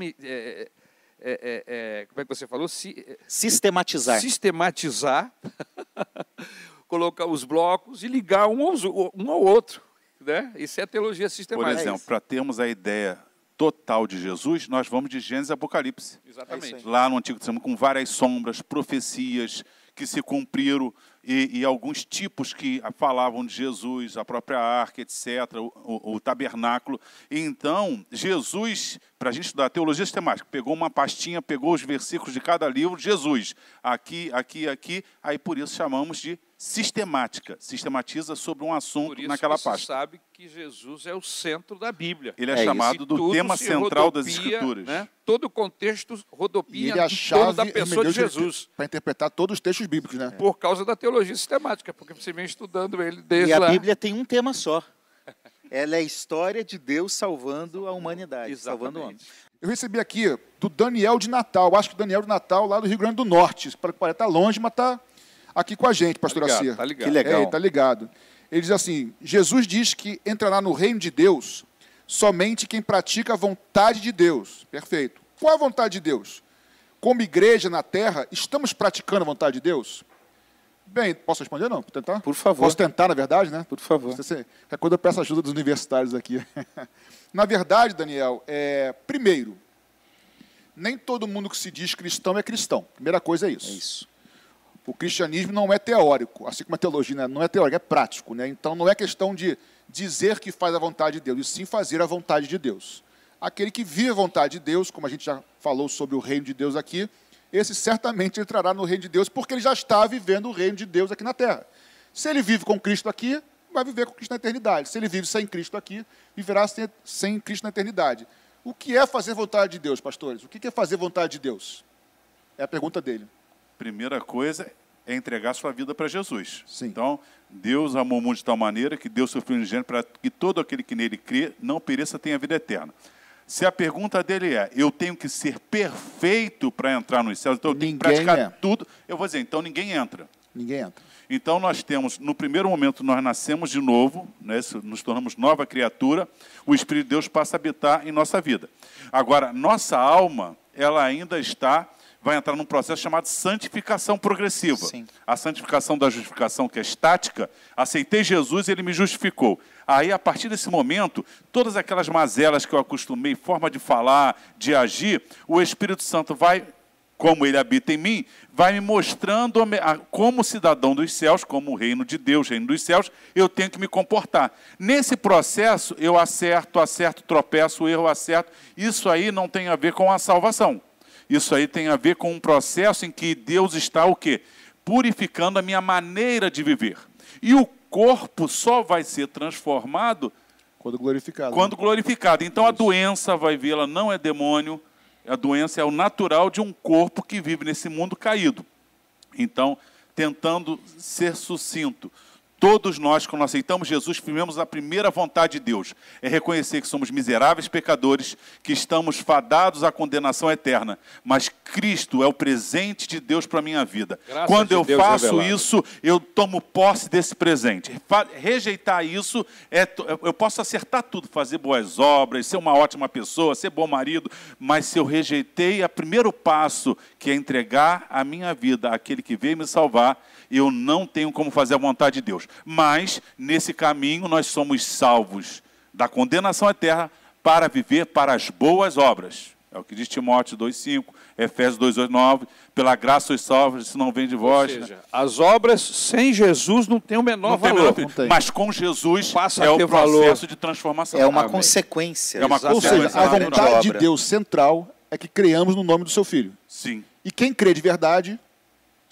como é que você falou? Sistematizar. Sistematizar, colocar os blocos e ligar um ao outro. Né? Isso é a teologia sistemática. Por exemplo, para termos a ideia total de Jesus, nós vamos de Gênesis a Apocalipse. Exatamente. Lá no Antigo Testamento, com várias sombras, profecias que se cumpriram e alguns tipos que falavam de Jesus, a própria arca, etc., o tabernáculo. E então, Jesus, para a gente estudar a teologia sistemática, pegou uma pastinha, pegou os versículos de cada livro, Jesus, aqui, aí por isso chamamos de sistemática, sistematiza sobre um assunto naquela pasta. Você sabe que Jesus é o centro da Bíblia. Ele é chamado do tema central das Escrituras. Né? Todo o contexto rodopia ele é a chave da pessoa de Jesus. Para interpretar todos os textos bíblicos, né? Por causa da teologia sistemática, porque você vem estudando ele desde lá. E a Bíblia tem um tema só. Ela é a história de Deus salvando a humanidade, salvando o homem. Eu recebi aqui do Daniel de Natal, acho que o Daniel de Natal, lá do Rio Grande do Norte. Parece estar longe, mas está aqui com a gente, pastor Acir. Tá ligado. Que legal. Está ligado. Ele diz assim, Jesus diz que entrará no reino de Deus somente quem pratica a vontade de Deus. Perfeito. Qual é a vontade de Deus? Como igreja na terra, estamos praticando a vontade de Deus? Bem, posso responder não? Tentar? Por favor. Posso tentar, na verdade, né? Por favor. Qualquer coisa eu peço ajuda dos universitários aqui. Na verdade, Daniel, primeiro, nem todo mundo que se diz cristão é cristão. Primeira coisa é isso. É isso. O cristianismo não é teórico, assim como a teologia, né? Não é teórico, é prático. Né? Então, não é questão de dizer que faz a vontade de Deus, e sim fazer a vontade de Deus. Aquele que vive a vontade de Deus, como a gente já falou sobre o reino de Deus aqui, esse certamente entrará no reino de Deus, porque ele já está vivendo o reino de Deus aqui na terra. Se ele vive com Cristo aqui, vai viver com Cristo na eternidade. Se ele vive sem Cristo aqui, viverá sem Cristo na eternidade. O que é fazer vontade de Deus, pastores? O que é fazer vontade de Deus? É a pergunta dele. Primeira coisa é entregar sua vida para Jesus. Sim. Então, Deus amou o mundo de tal maneira que deu seu Filho unigênito para que todo aquele que nele crê não pereça, tenha vida eterna. Se a pergunta dele é, eu tenho que ser perfeito para entrar nos céus, então eu tenho que praticar tudo, eu vou dizer, então ninguém entra. Ninguém entra. Então nós temos, no primeiro momento, nós nascemos de novo, né, nos tornamos nova criatura, o Espírito de Deus passa a habitar em nossa vida. Agora, nossa alma, ela ainda vai entrar num processo chamado santificação progressiva. Sim. A santificação da justificação, que é estática, aceitei Jesus e ele me justificou. Aí, a partir desse momento, todas aquelas mazelas que eu acostumei, forma de falar, de agir, o Espírito Santo vai, como ele habita em mim, vai me mostrando como cidadão dos céus, como reino de Deus, reino dos céus, eu tenho que me comportar. Nesse processo, eu acerto, tropeço, erro, acerto. Isso aí não tem a ver com a salvação. Isso aí tem a ver com um processo em que Deus está o quê? Purificando a minha maneira de viver. E o corpo só vai ser transformado quando glorificado. Quando glorificado. Então a doença, vai ver, ela não é demônio, a doença é o natural de um corpo que vive nesse mundo caído. Então, tentando ser sucinto, todos nós, quando aceitamos Jesus, vivemos a primeira vontade de Deus. É reconhecer que somos miseráveis pecadores, que estamos fadados à condenação eterna. Mas Cristo é o presente de Deus para a minha vida. Graças Quando eu Deus faço revelado. isso, eu tomo posse desse presente. Rejeitar isso, eu posso acertar tudo, fazer boas obras, ser uma ótima pessoa, ser bom marido, mas se eu rejeitei o primeiro passo, que é entregar a minha vida àquele que veio me salvar, eu não tenho como fazer a vontade de Deus. Mas, nesse caminho, nós somos salvos da condenação eterna para viver para as boas obras. É o que diz Timóteo 2,5, Efésios 2,9, pela graça sois salvos, isso não vem de vós. Ou seja, as obras sem Jesus não têm o menor valor. Mas com Jesus passa é a o ter processo valor. de transformação. É uma Amém. consequência. É uma Ou seja, consequência. a vontade de Deus central é que creamos no nome do seu Filho. Sim. E quem crê de verdade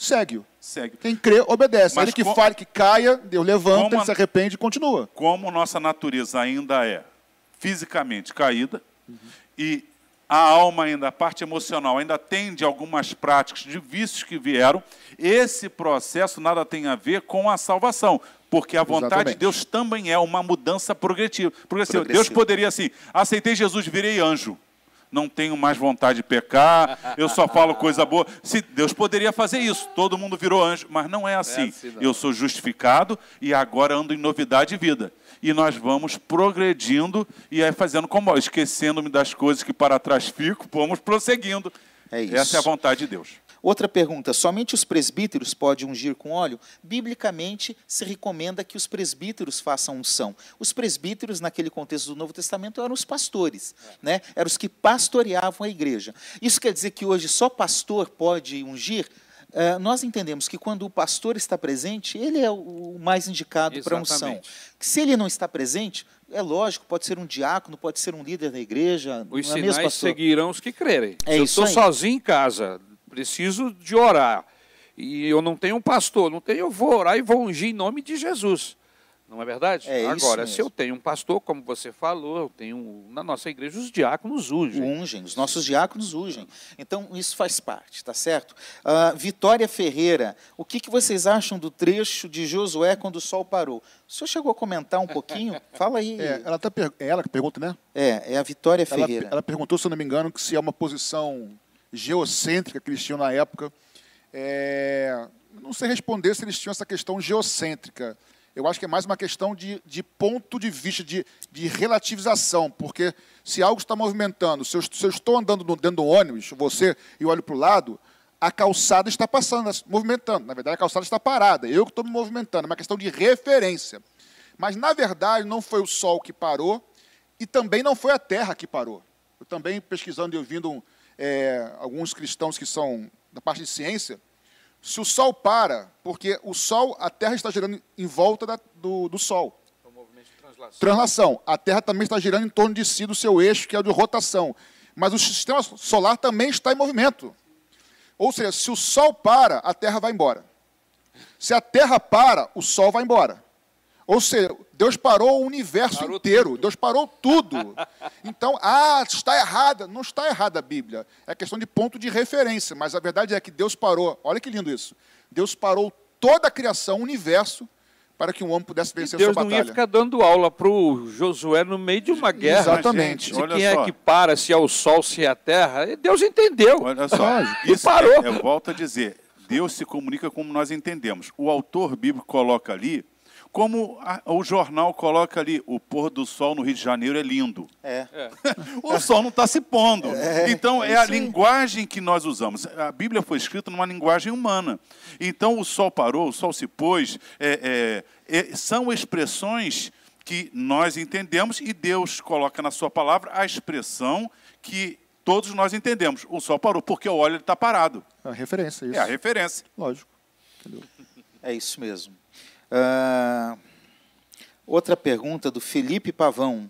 segue-o. Segue. Quem crê, obedece. Mas Ele que fale, que caia, Deus levanta, ele se arrepende e continua. Como nossa natureza ainda é fisicamente caída, e a alma ainda, a parte emocional, ainda tende a algumas práticas de vícios que vieram, esse processo nada tem a ver com a salvação, porque a vontade de Deus também é uma mudança progressiva. Deus poderia assim, aceitei Jesus, virei anjo. Não tenho mais vontade de pecar, eu só falo coisa boa. Se Deus poderia fazer isso, todo mundo virou anjo, mas não é assim. Eu sou justificado e agora ando em novidade de vida. E nós vamos progredindo e aí fazendo como, esquecendo-me das coisas que para trás fico, vamos prosseguindo. É isso. Essa é a vontade de Deus. Outra pergunta, somente os presbíteros podem ungir com óleo? Biblicamente, se recomenda que os presbíteros façam unção. Os presbíteros, naquele contexto do Novo Testamento, eram os pastores, né? Eram os que pastoreavam a igreja. Isso quer dizer que hoje só pastor pode ungir? Nós entendemos que quando o pastor está presente, ele é o mais indicado para unção. Se ele não está presente, é lógico, pode ser um diácono, pode ser um líder da igreja. Os sinais seguirão os que crerem. É eu isso estou aí. sozinho em casa, preciso de orar, e eu não tenho um pastor, eu vou orar e vou ungir em nome de Jesus. Não é verdade? Agora, se eu tenho um pastor, como você falou, eu tenho na nossa igreja os diáconos ungem. Os nossos diáconos ungem. Então, isso faz parte, tá certo? Vitória Ferreira, o que vocês acham do trecho de Josué quando o sol parou? O senhor chegou a comentar um pouquinho? Fala aí. É ela que pergunta, né? É a Vitória Ferreira. Ela perguntou, se eu não me engano, que se é uma posição geocêntrica que eles tinham na época. Não sei responder se eles tinham essa questão geocêntrica. Eu acho que é mais uma questão de ponto de vista, de relativização, porque se algo está movimentando, se eu estou andando dentro do ônibus, você, e olho para o lado, a calçada está passando, movimentando. Na verdade, a calçada está parada, eu que estou me movimentando, é uma questão de referência. Mas, na verdade, não foi o Sol que parou e também não foi a Terra que parou. Eu também, pesquisando e ouvindo alguns cristãos que são da parte de ciência, se o Sol para, porque o Sol, a Terra está girando em volta do Sol. É um movimento de translação. A Terra também está girando em torno de si, do seu eixo, que é o de rotação. Mas o sistema solar também está em movimento. Ou seja, se o Sol para, a Terra vai embora. Se a Terra para, o Sol vai embora. Ou seja, Deus parou o universo inteiro. Tudo. Deus parou tudo. Então, está errada. Não está errada a Bíblia. É questão de ponto de referência. Mas a verdade é que Deus parou. Olha que lindo isso. Deus parou toda a criação, o universo, para que um homem pudesse vencer a sua batalha. Deus não ia ficar dando aula para o Josué no meio de uma guerra. Exatamente. De quem é que para, se é o sol, se é a terra. Deus entendeu. Olha só. E parou. Eu volto a dizer, Deus se comunica como nós entendemos. O autor bíblico coloca ali, como o jornal coloca ali, o pôr do sol no Rio de Janeiro é lindo. O sol não está se pondo. Então, é a linguagem que nós usamos. A Bíblia foi escrita numa linguagem humana. Então, o sol parou, o sol se pôs. São expressões que nós entendemos e Deus coloca na sua palavra a expressão que todos nós entendemos. O sol parou, porque o óleo está parado. É a referência, isso. É a referência. Lógico. Entendeu? É isso mesmo. Outra pergunta do Felipe Pavão.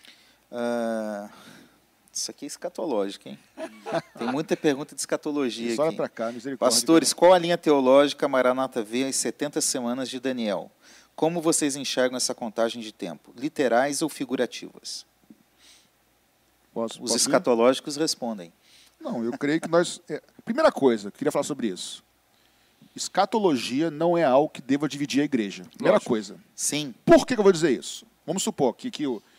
Isso aqui é escatológico, hein? Tem muita pergunta de escatologia aqui. Olha para cá, misericórdia. Pastores, qual a linha teológica a Maranata vê às 70 semanas de Daniel? Como vocês enxergam essa contagem de tempo? Literais ou figurativas? Os escatológicos respondem. Não, eu creio que nós... Primeira coisa, eu queria falar sobre isso. Escatologia não é algo que deva dividir a igreja. Primeira coisa. Sim. Por que eu vou dizer isso? Vamos supor que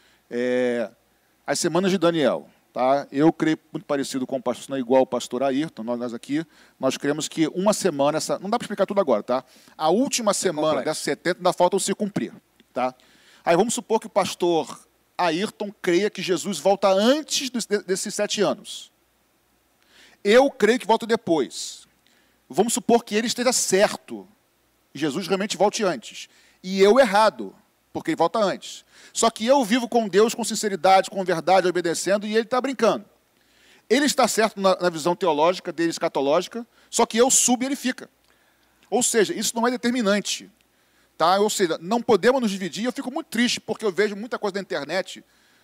as semanas de Daniel, tá? Eu creio muito parecido com o pastor, não é igual o pastor Ayrton, nós aqui, nós cremos que uma semana, não dá para explicar tudo agora, tá? A última semana dessas 70 ainda faltam se cumprir, tá? Aí vamos supor que o pastor Ayrton creia que Jesus volta antes desses 7 anos. Eu creio que volta depois. Vamos supor que ele esteja certo, e Jesus realmente volte antes. E eu errado, porque ele volta antes. Só que eu vivo com Deus com sinceridade, com verdade, obedecendo, e ele está brincando. Ele está certo na visão teológica dele, escatológica, só que eu subo e ele fica. Ou seja, isso não é determinante. Tá? Ou seja, não podemos nos dividir, e eu fico muito triste, porque eu vejo muita coisa na internet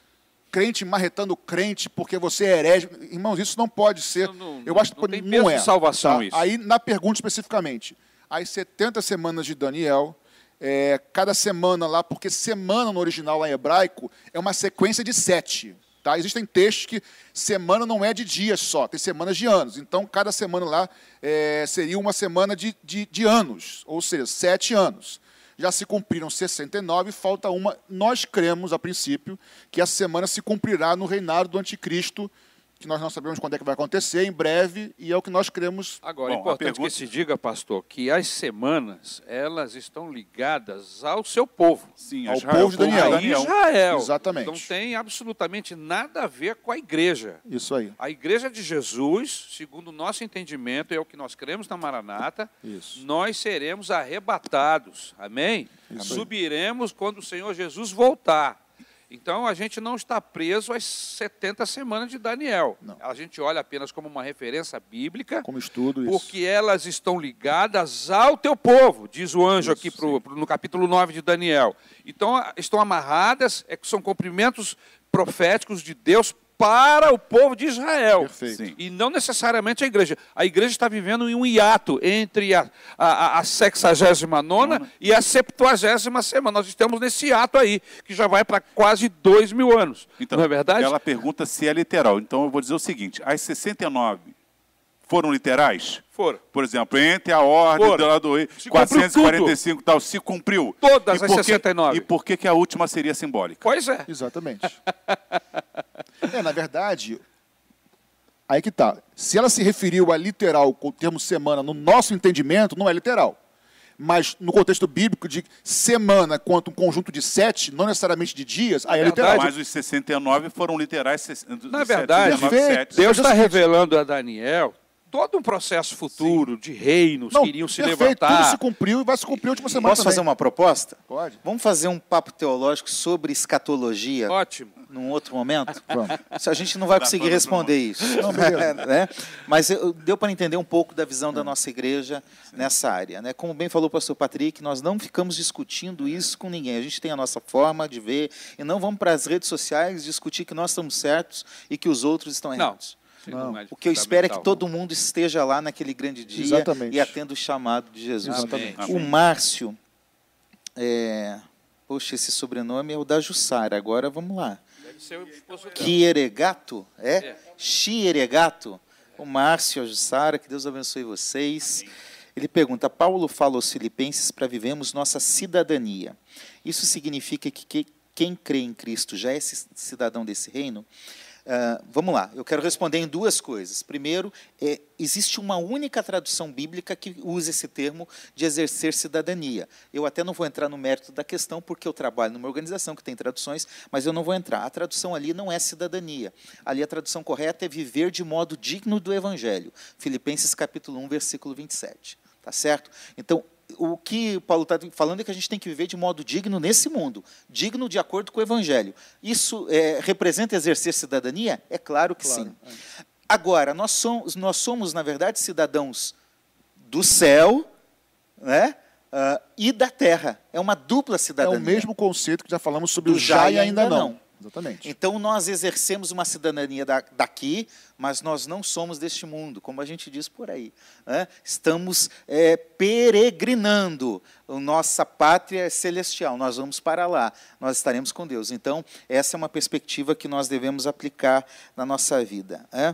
crente marretando crente porque você é herege. Irmãos, isso não pode ser. Eu acho que não tem peso não é. de salvação Tá? isso. Aí, na pergunta especificamente, as 70 semanas de Daniel, cada semana lá, porque semana no original lá em hebraico é uma sequência de 7. Tá? Existem textos que semana não é de dias só, tem semanas de anos. Então, cada semana lá seria uma semana de anos, ou seja, 7 anos. Já se cumpriram 69, falta uma. Nós cremos, a princípio, que essa semana se cumprirá no reinado do anticristo, que nós não sabemos quando é que vai acontecer, em breve, e é o que nós cremos. Agora, é importante que se diga, pastor, que as semanas, elas estão ligadas ao seu povo. Sim, ao povo de Daniel. A Israel. Exatamente. Não tem absolutamente nada a ver com a igreja. Isso aí. A igreja de Jesus, segundo o nosso entendimento, é o que nós cremos na Maranata, Isso. nós seremos arrebatados. Amém? Isso aí. Subiremos quando o Senhor Jesus voltar. Então, a gente não está preso às 70 semanas de Daniel. Não. A gente olha apenas como uma referência bíblica, Como estudo, isso. porque elas estão ligadas ao teu povo, diz o anjo aqui no capítulo 9 de Daniel. Então, estão amarradas, são cumprimentos proféticos de Deus para o povo de Israel. Perfeito. Sim. E não necessariamente a igreja. A igreja está vivendo em um hiato entre a 69ª e a 70ª semana. Nós estamos nesse hiato aí, que já vai para quase 2000 anos. Então, não é verdade? ela pergunta se é literal. Então, eu vou dizer o seguinte, as 69 foram literais? Foram. Por exemplo, entre a ordem Foram. lá do Se 445 e tal, se cumpriu. Todas E as por que- 69. E por que a última seria simbólica? Pois é. Exatamente. Na verdade, aí que tá. Se ela se referiu a literal com o termo semana, no nosso entendimento, não é literal. Mas no contexto bíblico de semana quanto um conjunto de 7, não necessariamente de dias, aí é literal. Mas os 69 foram literais. Na verdade, 69, 7. Deus está revelando a Daniel todo um processo futuro de reinos que iriam se perfeito, tudo levantar. se cumpriu e vai se cumprir a última semana Posso também. fazer uma proposta? Pode. Vamos fazer um papo teológico sobre escatologia Ótimo. num outro momento? Vamos. A gente não vai conseguir responder isso. Não, beleza. Né? Mas deu para entender um pouco da visão da nossa igreja nessa área. Né? Como bem falou o pastor Patrick, nós não ficamos discutindo isso com ninguém. A gente tem a nossa forma de ver e não vamos para as redes sociais discutir que nós estamos certos e que os outros estão errados. Não. O que eu espero é que todo mundo esteja lá naquele grande dia Exatamente. e atenda o chamado de Jesus. Exatamente. O Márcio, poxa, esse sobrenome é o da Jussara. Agora vamos lá. Deve ser o esposo dela. Chieregato, Chieregato. O Márcio, a Jussara, que Deus abençoe vocês. Ele pergunta, Paulo fala aos filipenses para vivermos nossa cidadania. Isso significa que quem crê em Cristo já é cidadão desse reino? Vamos lá, eu quero responder em duas coisas. Primeiro, existe uma única tradução bíblica que usa esse termo de exercer cidadania. Eu até não vou entrar no mérito da questão, porque eu trabalho numa organização que tem traduções, mas eu não vou entrar. A tradução ali não é cidadania. Ali a tradução correta é viver de modo digno do Evangelho. Filipenses capítulo 1, versículo 27. Tá certo? Então, o que Paulo está falando é que a gente tem que viver de modo digno nesse mundo, digno de acordo com o Evangelho. Isso representa exercer cidadania? É claro que sim. Agora, nós somos, na verdade, cidadãos do céu, né, e da terra. É uma dupla cidadania. É o mesmo conceito que já falamos sobre Do o já e ainda não. Exatamente. Então, nós exercemos uma cidadania daqui, mas nós não somos deste mundo, como a gente diz por aí. Né? Estamos peregrinando. A nossa pátria é celestial, nós vamos para lá, nós estaremos com Deus. Então, essa é uma perspectiva que nós devemos aplicar na nossa vida. Né?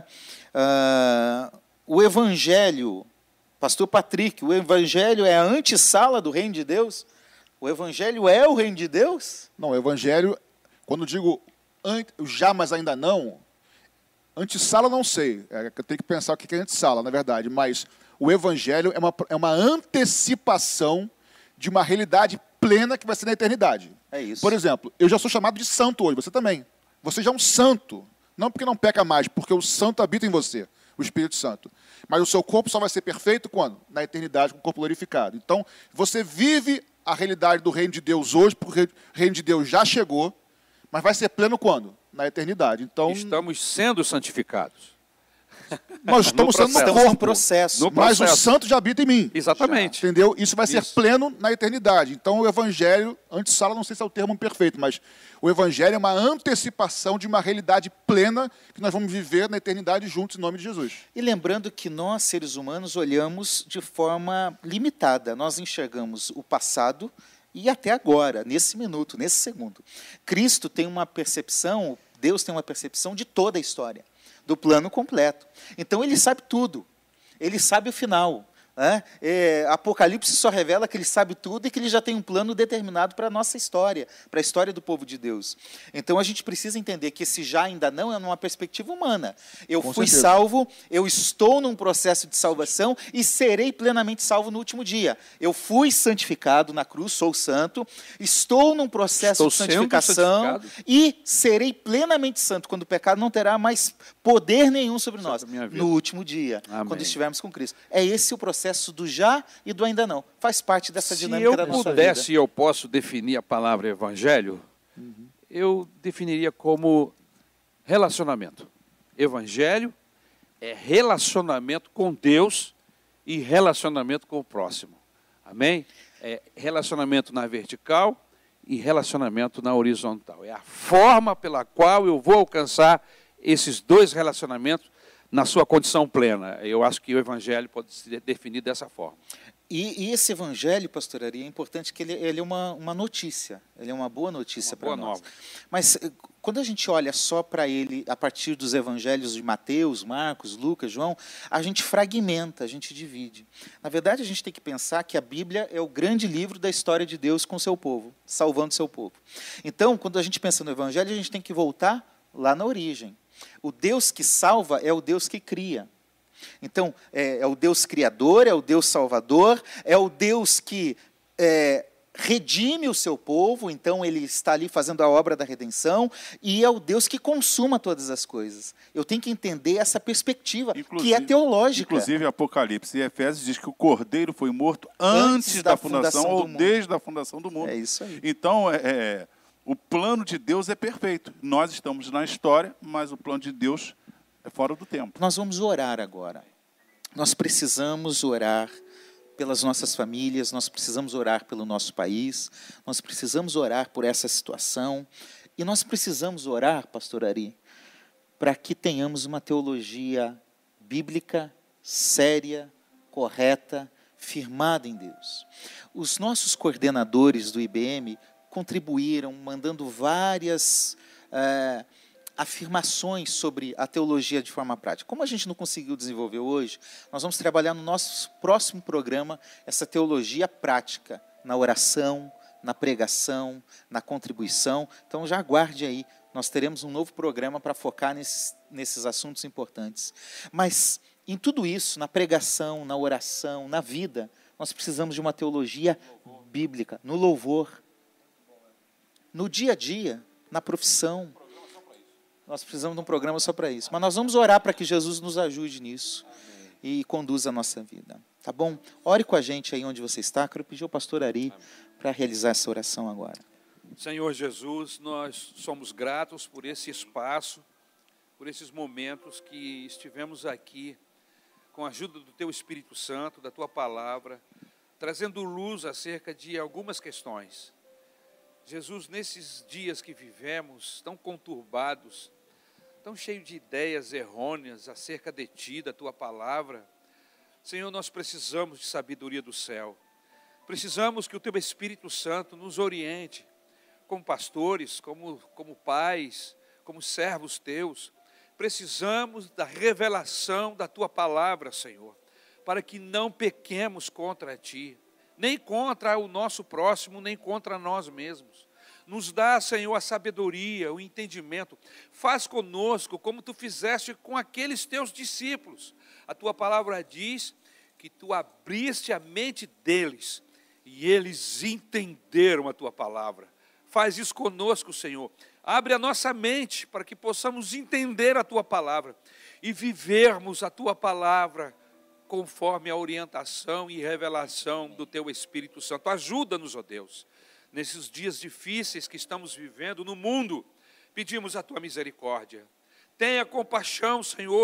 O Evangelho, pastor Patrick, o Evangelho é a antessala do reino de Deus? O Evangelho é o reino de Deus? Não, o Evangelho... Quando digo já, mas ainda não, antessala não sei. Eu tenho que pensar o que é antessala, na verdade. Mas o Evangelho é uma antecipação de uma realidade plena que vai ser na eternidade. É isso. Por exemplo, eu já sou chamado de santo hoje, você também. Você já é um santo. Não porque não peca mais, porque o santo habita em você, o Espírito Santo. Mas o seu corpo só vai ser perfeito quando? Na eternidade, com o corpo glorificado. Então, você vive a realidade do reino de Deus hoje, porque o reino de Deus já chegou, mas vai ser pleno quando? Na eternidade. Então, Estamos sendo santificados. Nós estamos sendo no Estamos corpo, no processo. No mas o processo. santo já habita em mim. Exatamente. Entendeu? Isso vai ser Isso. pleno na eternidade. Então, o evangelho, antessala, não sei se é o termo perfeito, mas o evangelho é uma antecipação de uma realidade plena que nós vamos viver na eternidade juntos em nome de Jesus. E lembrando que nós, seres humanos, olhamos de forma limitada. Nós enxergamos o passado e até agora, nesse minuto, nesse segundo. Cristo tem uma percepção, Deus tem uma percepção de toda a história, do plano completo. Então, ele sabe tudo. Ele sabe o final. Né? Apocalipse só revela que ele sabe tudo e que ele já tem um plano determinado para a nossa história, para a história do povo de Deus. Então a gente precisa entender que esse já ainda não é numa perspectiva humana. Eu Com fui certeza. salvo, eu estou num processo de salvação e serei plenamente salvo no último dia. Eu fui santificado na cruz, sou santo, estou num processo Estou de sendo santificação santificado. e serei plenamente santo, quando o pecado não terá mais poder nenhum sobre nós, a minha vida. no último dia, Amém. quando estivermos com Cristo. É esse o processo do já e do ainda não. Faz parte dessa Se dinâmica eu da nossa pudesse, vida. e eu posso definir a palavra evangelho, eu definiria como relacionamento. Evangelho é relacionamento com Deus e relacionamento com o próximo. Amém? É relacionamento na vertical e relacionamento na horizontal. É a forma pela qual eu vou alcançar esses dois relacionamentos na sua condição plena. Eu acho que o evangelho pode ser definido dessa forma. E esse evangelho, pastor Ari, é importante que ele é uma notícia, ele é uma boa notícia para boa nós. nova. Mas quando a gente olha só para ele a partir dos evangelhos de Mateus, Marcos, Lucas, João, a gente fragmenta, a gente divide. Na verdade, a gente tem que pensar que a Bíblia é o grande livro da história de Deus com o seu povo, salvando o seu povo. Então, quando a gente pensa no evangelho, a gente tem que voltar lá na origem. O Deus que salva é o Deus que cria. Então, é o Deus criador, é o Deus salvador, é o Deus que redime o seu povo, então ele está ali fazendo a obra da redenção, e é o Deus que consuma todas as coisas. Eu tenho que entender essa perspectiva, que é teológica. Inclusive, Apocalipse e Efésios diz que o Cordeiro foi morto antes da fundação do ou mundo. desde a fundação do mundo. É isso aí. Então, o plano de Deus é perfeito. Nós estamos na história, mas o plano de Deus é fora do tempo. Nós vamos orar agora. Nós precisamos orar pelas nossas famílias, nós precisamos orar pelo nosso país, nós precisamos orar por essa situação, e nós precisamos orar, pastor Ari, para que tenhamos uma teologia bíblica, séria, correta, firmada em Deus. Os nossos coordenadores do IBM contribuíram, mandando várias afirmações sobre a teologia de forma prática. Como a gente não conseguiu desenvolver hoje, nós vamos trabalhar no nosso próximo programa essa teologia prática, na oração, na pregação, na contribuição. Então já aguarde aí, nós teremos um novo programa para focar nesses assuntos importantes. Mas em tudo isso, na pregação, na oração, na vida, nós precisamos de uma teologia bíblica, no louvor, no dia a dia, na profissão. Nós precisamos de um programa só para isso. Mas nós vamos orar para que Jesus nos ajude nisso. Amém. E conduza a nossa vida. Tá bom? Ore com a gente aí onde você está. Quero pedir ao pastor Ari para realizar essa oração agora. Senhor Jesus, nós somos gratos por esse espaço, por esses momentos que estivemos aqui com a ajuda do Teu Espírito Santo, da Tua Palavra, trazendo luz acerca de algumas questões. Jesus, nesses dias que vivemos, tão conturbados, tão cheios de ideias errôneas acerca de Ti, da Tua Palavra, Senhor, nós precisamos de sabedoria do céu. Precisamos que o Teu Espírito Santo nos oriente, como pastores, como pais, como servos Teus. Precisamos da revelação da Tua Palavra, Senhor, para que não pequemos contra Ti, nem contra o nosso próximo, nem contra nós mesmos. Nos dá, Senhor, a sabedoria, o entendimento. Faz conosco como Tu fizeste com aqueles Teus discípulos. A Tua Palavra diz que Tu abriste a mente deles e eles entenderam a Tua Palavra. Faz isso conosco, Senhor. Abre a nossa mente para que possamos entender a Tua Palavra e vivermos a Tua Palavra conforme a orientação e revelação do Teu Espírito Santo. Ajuda-nos, ó Deus, nesses dias difíceis que estamos vivendo no mundo. Pedimos a Tua misericórdia. Tenha compaixão, Senhor,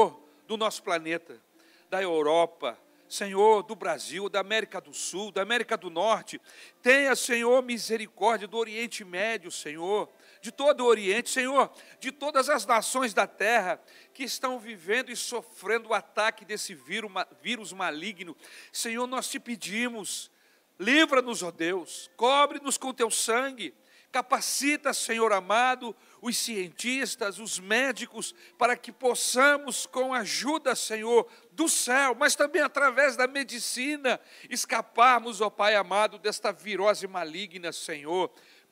do nosso planeta, da Europa, Senhor, do Brasil, da América do Sul, da América do Norte. Tenha, Senhor, misericórdia do Oriente Médio, Senhor, de todo o Oriente, Senhor, de todas as nações da terra que estão vivendo e sofrendo o ataque desse vírus maligno. Senhor, nós te pedimos, livra-nos, ó Deus, cobre-nos com teu sangue, capacita, Senhor amado, os cientistas, os médicos, para que possamos, com a ajuda, Senhor, do céu, mas também através da medicina, escaparmos, ó Pai amado, desta virose maligna, Senhor.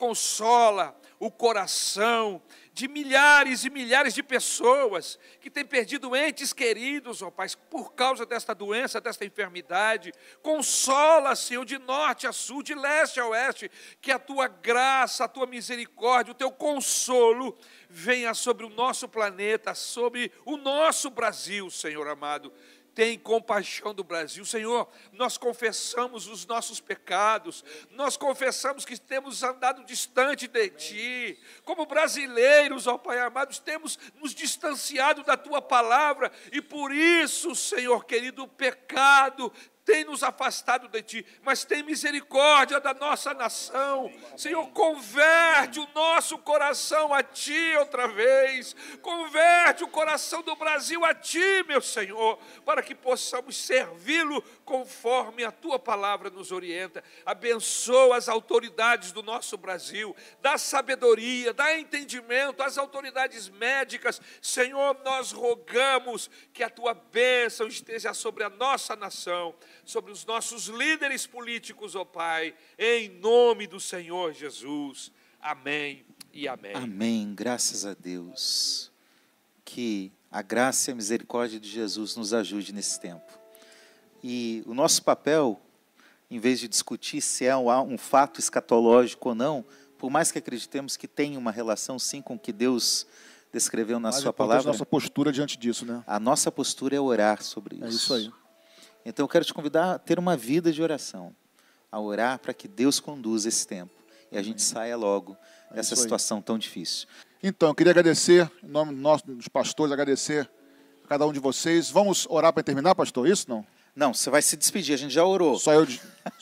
Consola o coração de milhares e milhares de pessoas que têm perdido entes queridos, ó Pai, por causa desta doença, desta enfermidade. Consola, Senhor, de norte a sul, de leste a oeste, que a tua graça, a tua misericórdia, o teu consolo venha sobre o nosso planeta, sobre o nosso Brasil, Senhor amado. Tem compaixão do Brasil. Senhor, nós confessamos os nossos pecados, nós confessamos que temos andado distante de Ti, como brasileiros, ó Pai amado, temos nos distanciado da Tua palavra, e por isso, Senhor querido, o pecado tem nos afastado de Ti, mas tem misericórdia da nossa nação. Senhor, converte o nosso coração a Ti outra vez, converte o coração do Brasil a Ti, meu Senhor, para que possamos servi-lo conforme a Tua palavra nos orienta. Abençoa as autoridades do nosso Brasil, dá sabedoria, dá entendimento às autoridades médicas. Senhor, nós rogamos que a Tua bênção esteja sobre a nossa nação, sobre os nossos líderes políticos, ó Pai, em nome do Senhor Jesus. Amém e amém. Amém, graças a Deus. Que a graça e a misericórdia de Jesus nos ajude nesse tempo. E o nosso papel, em vez de discutir se é um fato escatológico ou não, por mais que acreditemos que tem uma relação sim com o que Deus descreveu na sua palavra, a nossa postura diante disso, né? A nossa postura é orar sobre isso. É isso aí. Então eu quero te convidar a ter uma vida de oração, a orar para que Deus conduza esse tempo e a gente saia logo dessa situação tão difícil. Então, eu queria agradecer, em nome dos pastores, agradecer a cada um de vocês. Vamos orar para terminar, pastor? Isso não? Não, você vai se despedir, a gente já orou. Só eu?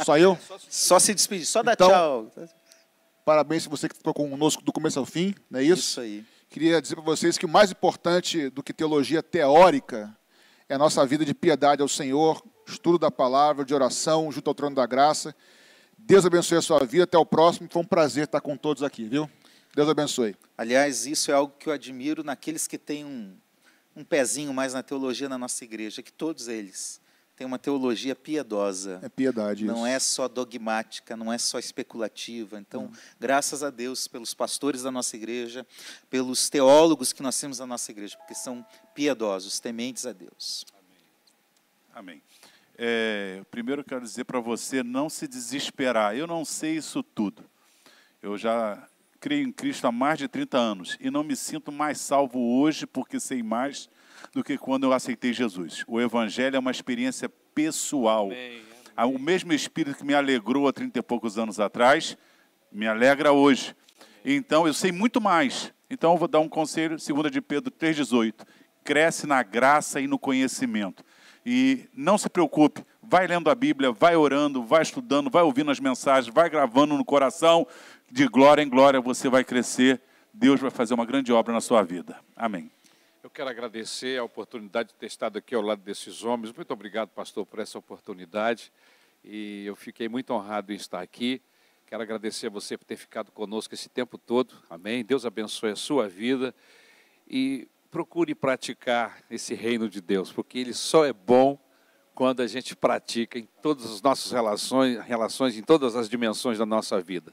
Só se despedir, só dar então, tchau. Parabéns a você que ficou conosco do começo ao fim, não é isso? Isso aí. Queria dizer para vocês que o mais importante do que teologia teórica é a nossa vida de piedade ao Senhor, estudo da palavra, de oração, junto ao trono da graça. Deus abençoe a sua vida. Até o próximo. Foi um prazer estar com todos aqui, viu? Deus abençoe. Aliás, isso é algo que eu admiro naqueles que têm um pezinho mais na teologia na nossa igreja, que todos eles têm uma teologia piedosa. É piedade isso. Não é só dogmática, não é só especulativa. Então, graças a Deus pelos pastores da nossa igreja, pelos teólogos que nós temos na nossa igreja, porque são piedosos, tementes a Deus. Amém. Primeiro eu quero dizer para você não se desesperar. Eu não sei isso tudo. Eu já creio em Cristo há mais de 30 anos e não me sinto mais salvo hoje porque sei mais do que quando eu aceitei Jesus. O Evangelho é uma experiência pessoal. Amém. O mesmo Espírito que me alegrou há 30 e poucos anos atrás, me alegra hoje. Então, eu sei muito mais. Então, eu vou dar um conselho, 2 de Pedro 3,18. Cresce na graça e no conhecimento. E não se preocupe, vai lendo a Bíblia, vai orando, vai estudando, vai ouvindo as mensagens, vai gravando no coração. De glória em glória você vai crescer. Deus vai fazer uma grande obra na sua vida. Amém. Eu quero agradecer a oportunidade de ter estado aqui ao lado desses homens. Muito obrigado, pastor, por essa oportunidade. E eu fiquei muito honrado em estar aqui. Quero agradecer a você por ter ficado conosco esse tempo todo. Amém. Deus abençoe a sua vida. E procure praticar esse reino de Deus, porque ele só é bom quando a gente pratica em todas as nossas relações em todas as dimensões da nossa vida.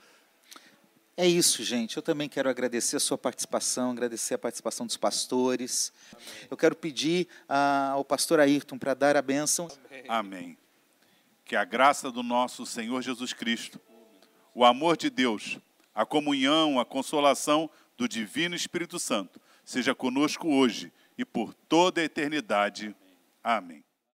É isso, gente. Eu também quero agradecer a sua participação, agradecer a participação dos pastores. Eu quero pedir ao pastor Ayrton para dar a bênção. Amém. Que a graça do nosso Senhor Jesus Cristo, o amor de Deus, a comunhão, a consolação do Divino Espírito Santo, seja conosco hoje e por toda a eternidade. Amém.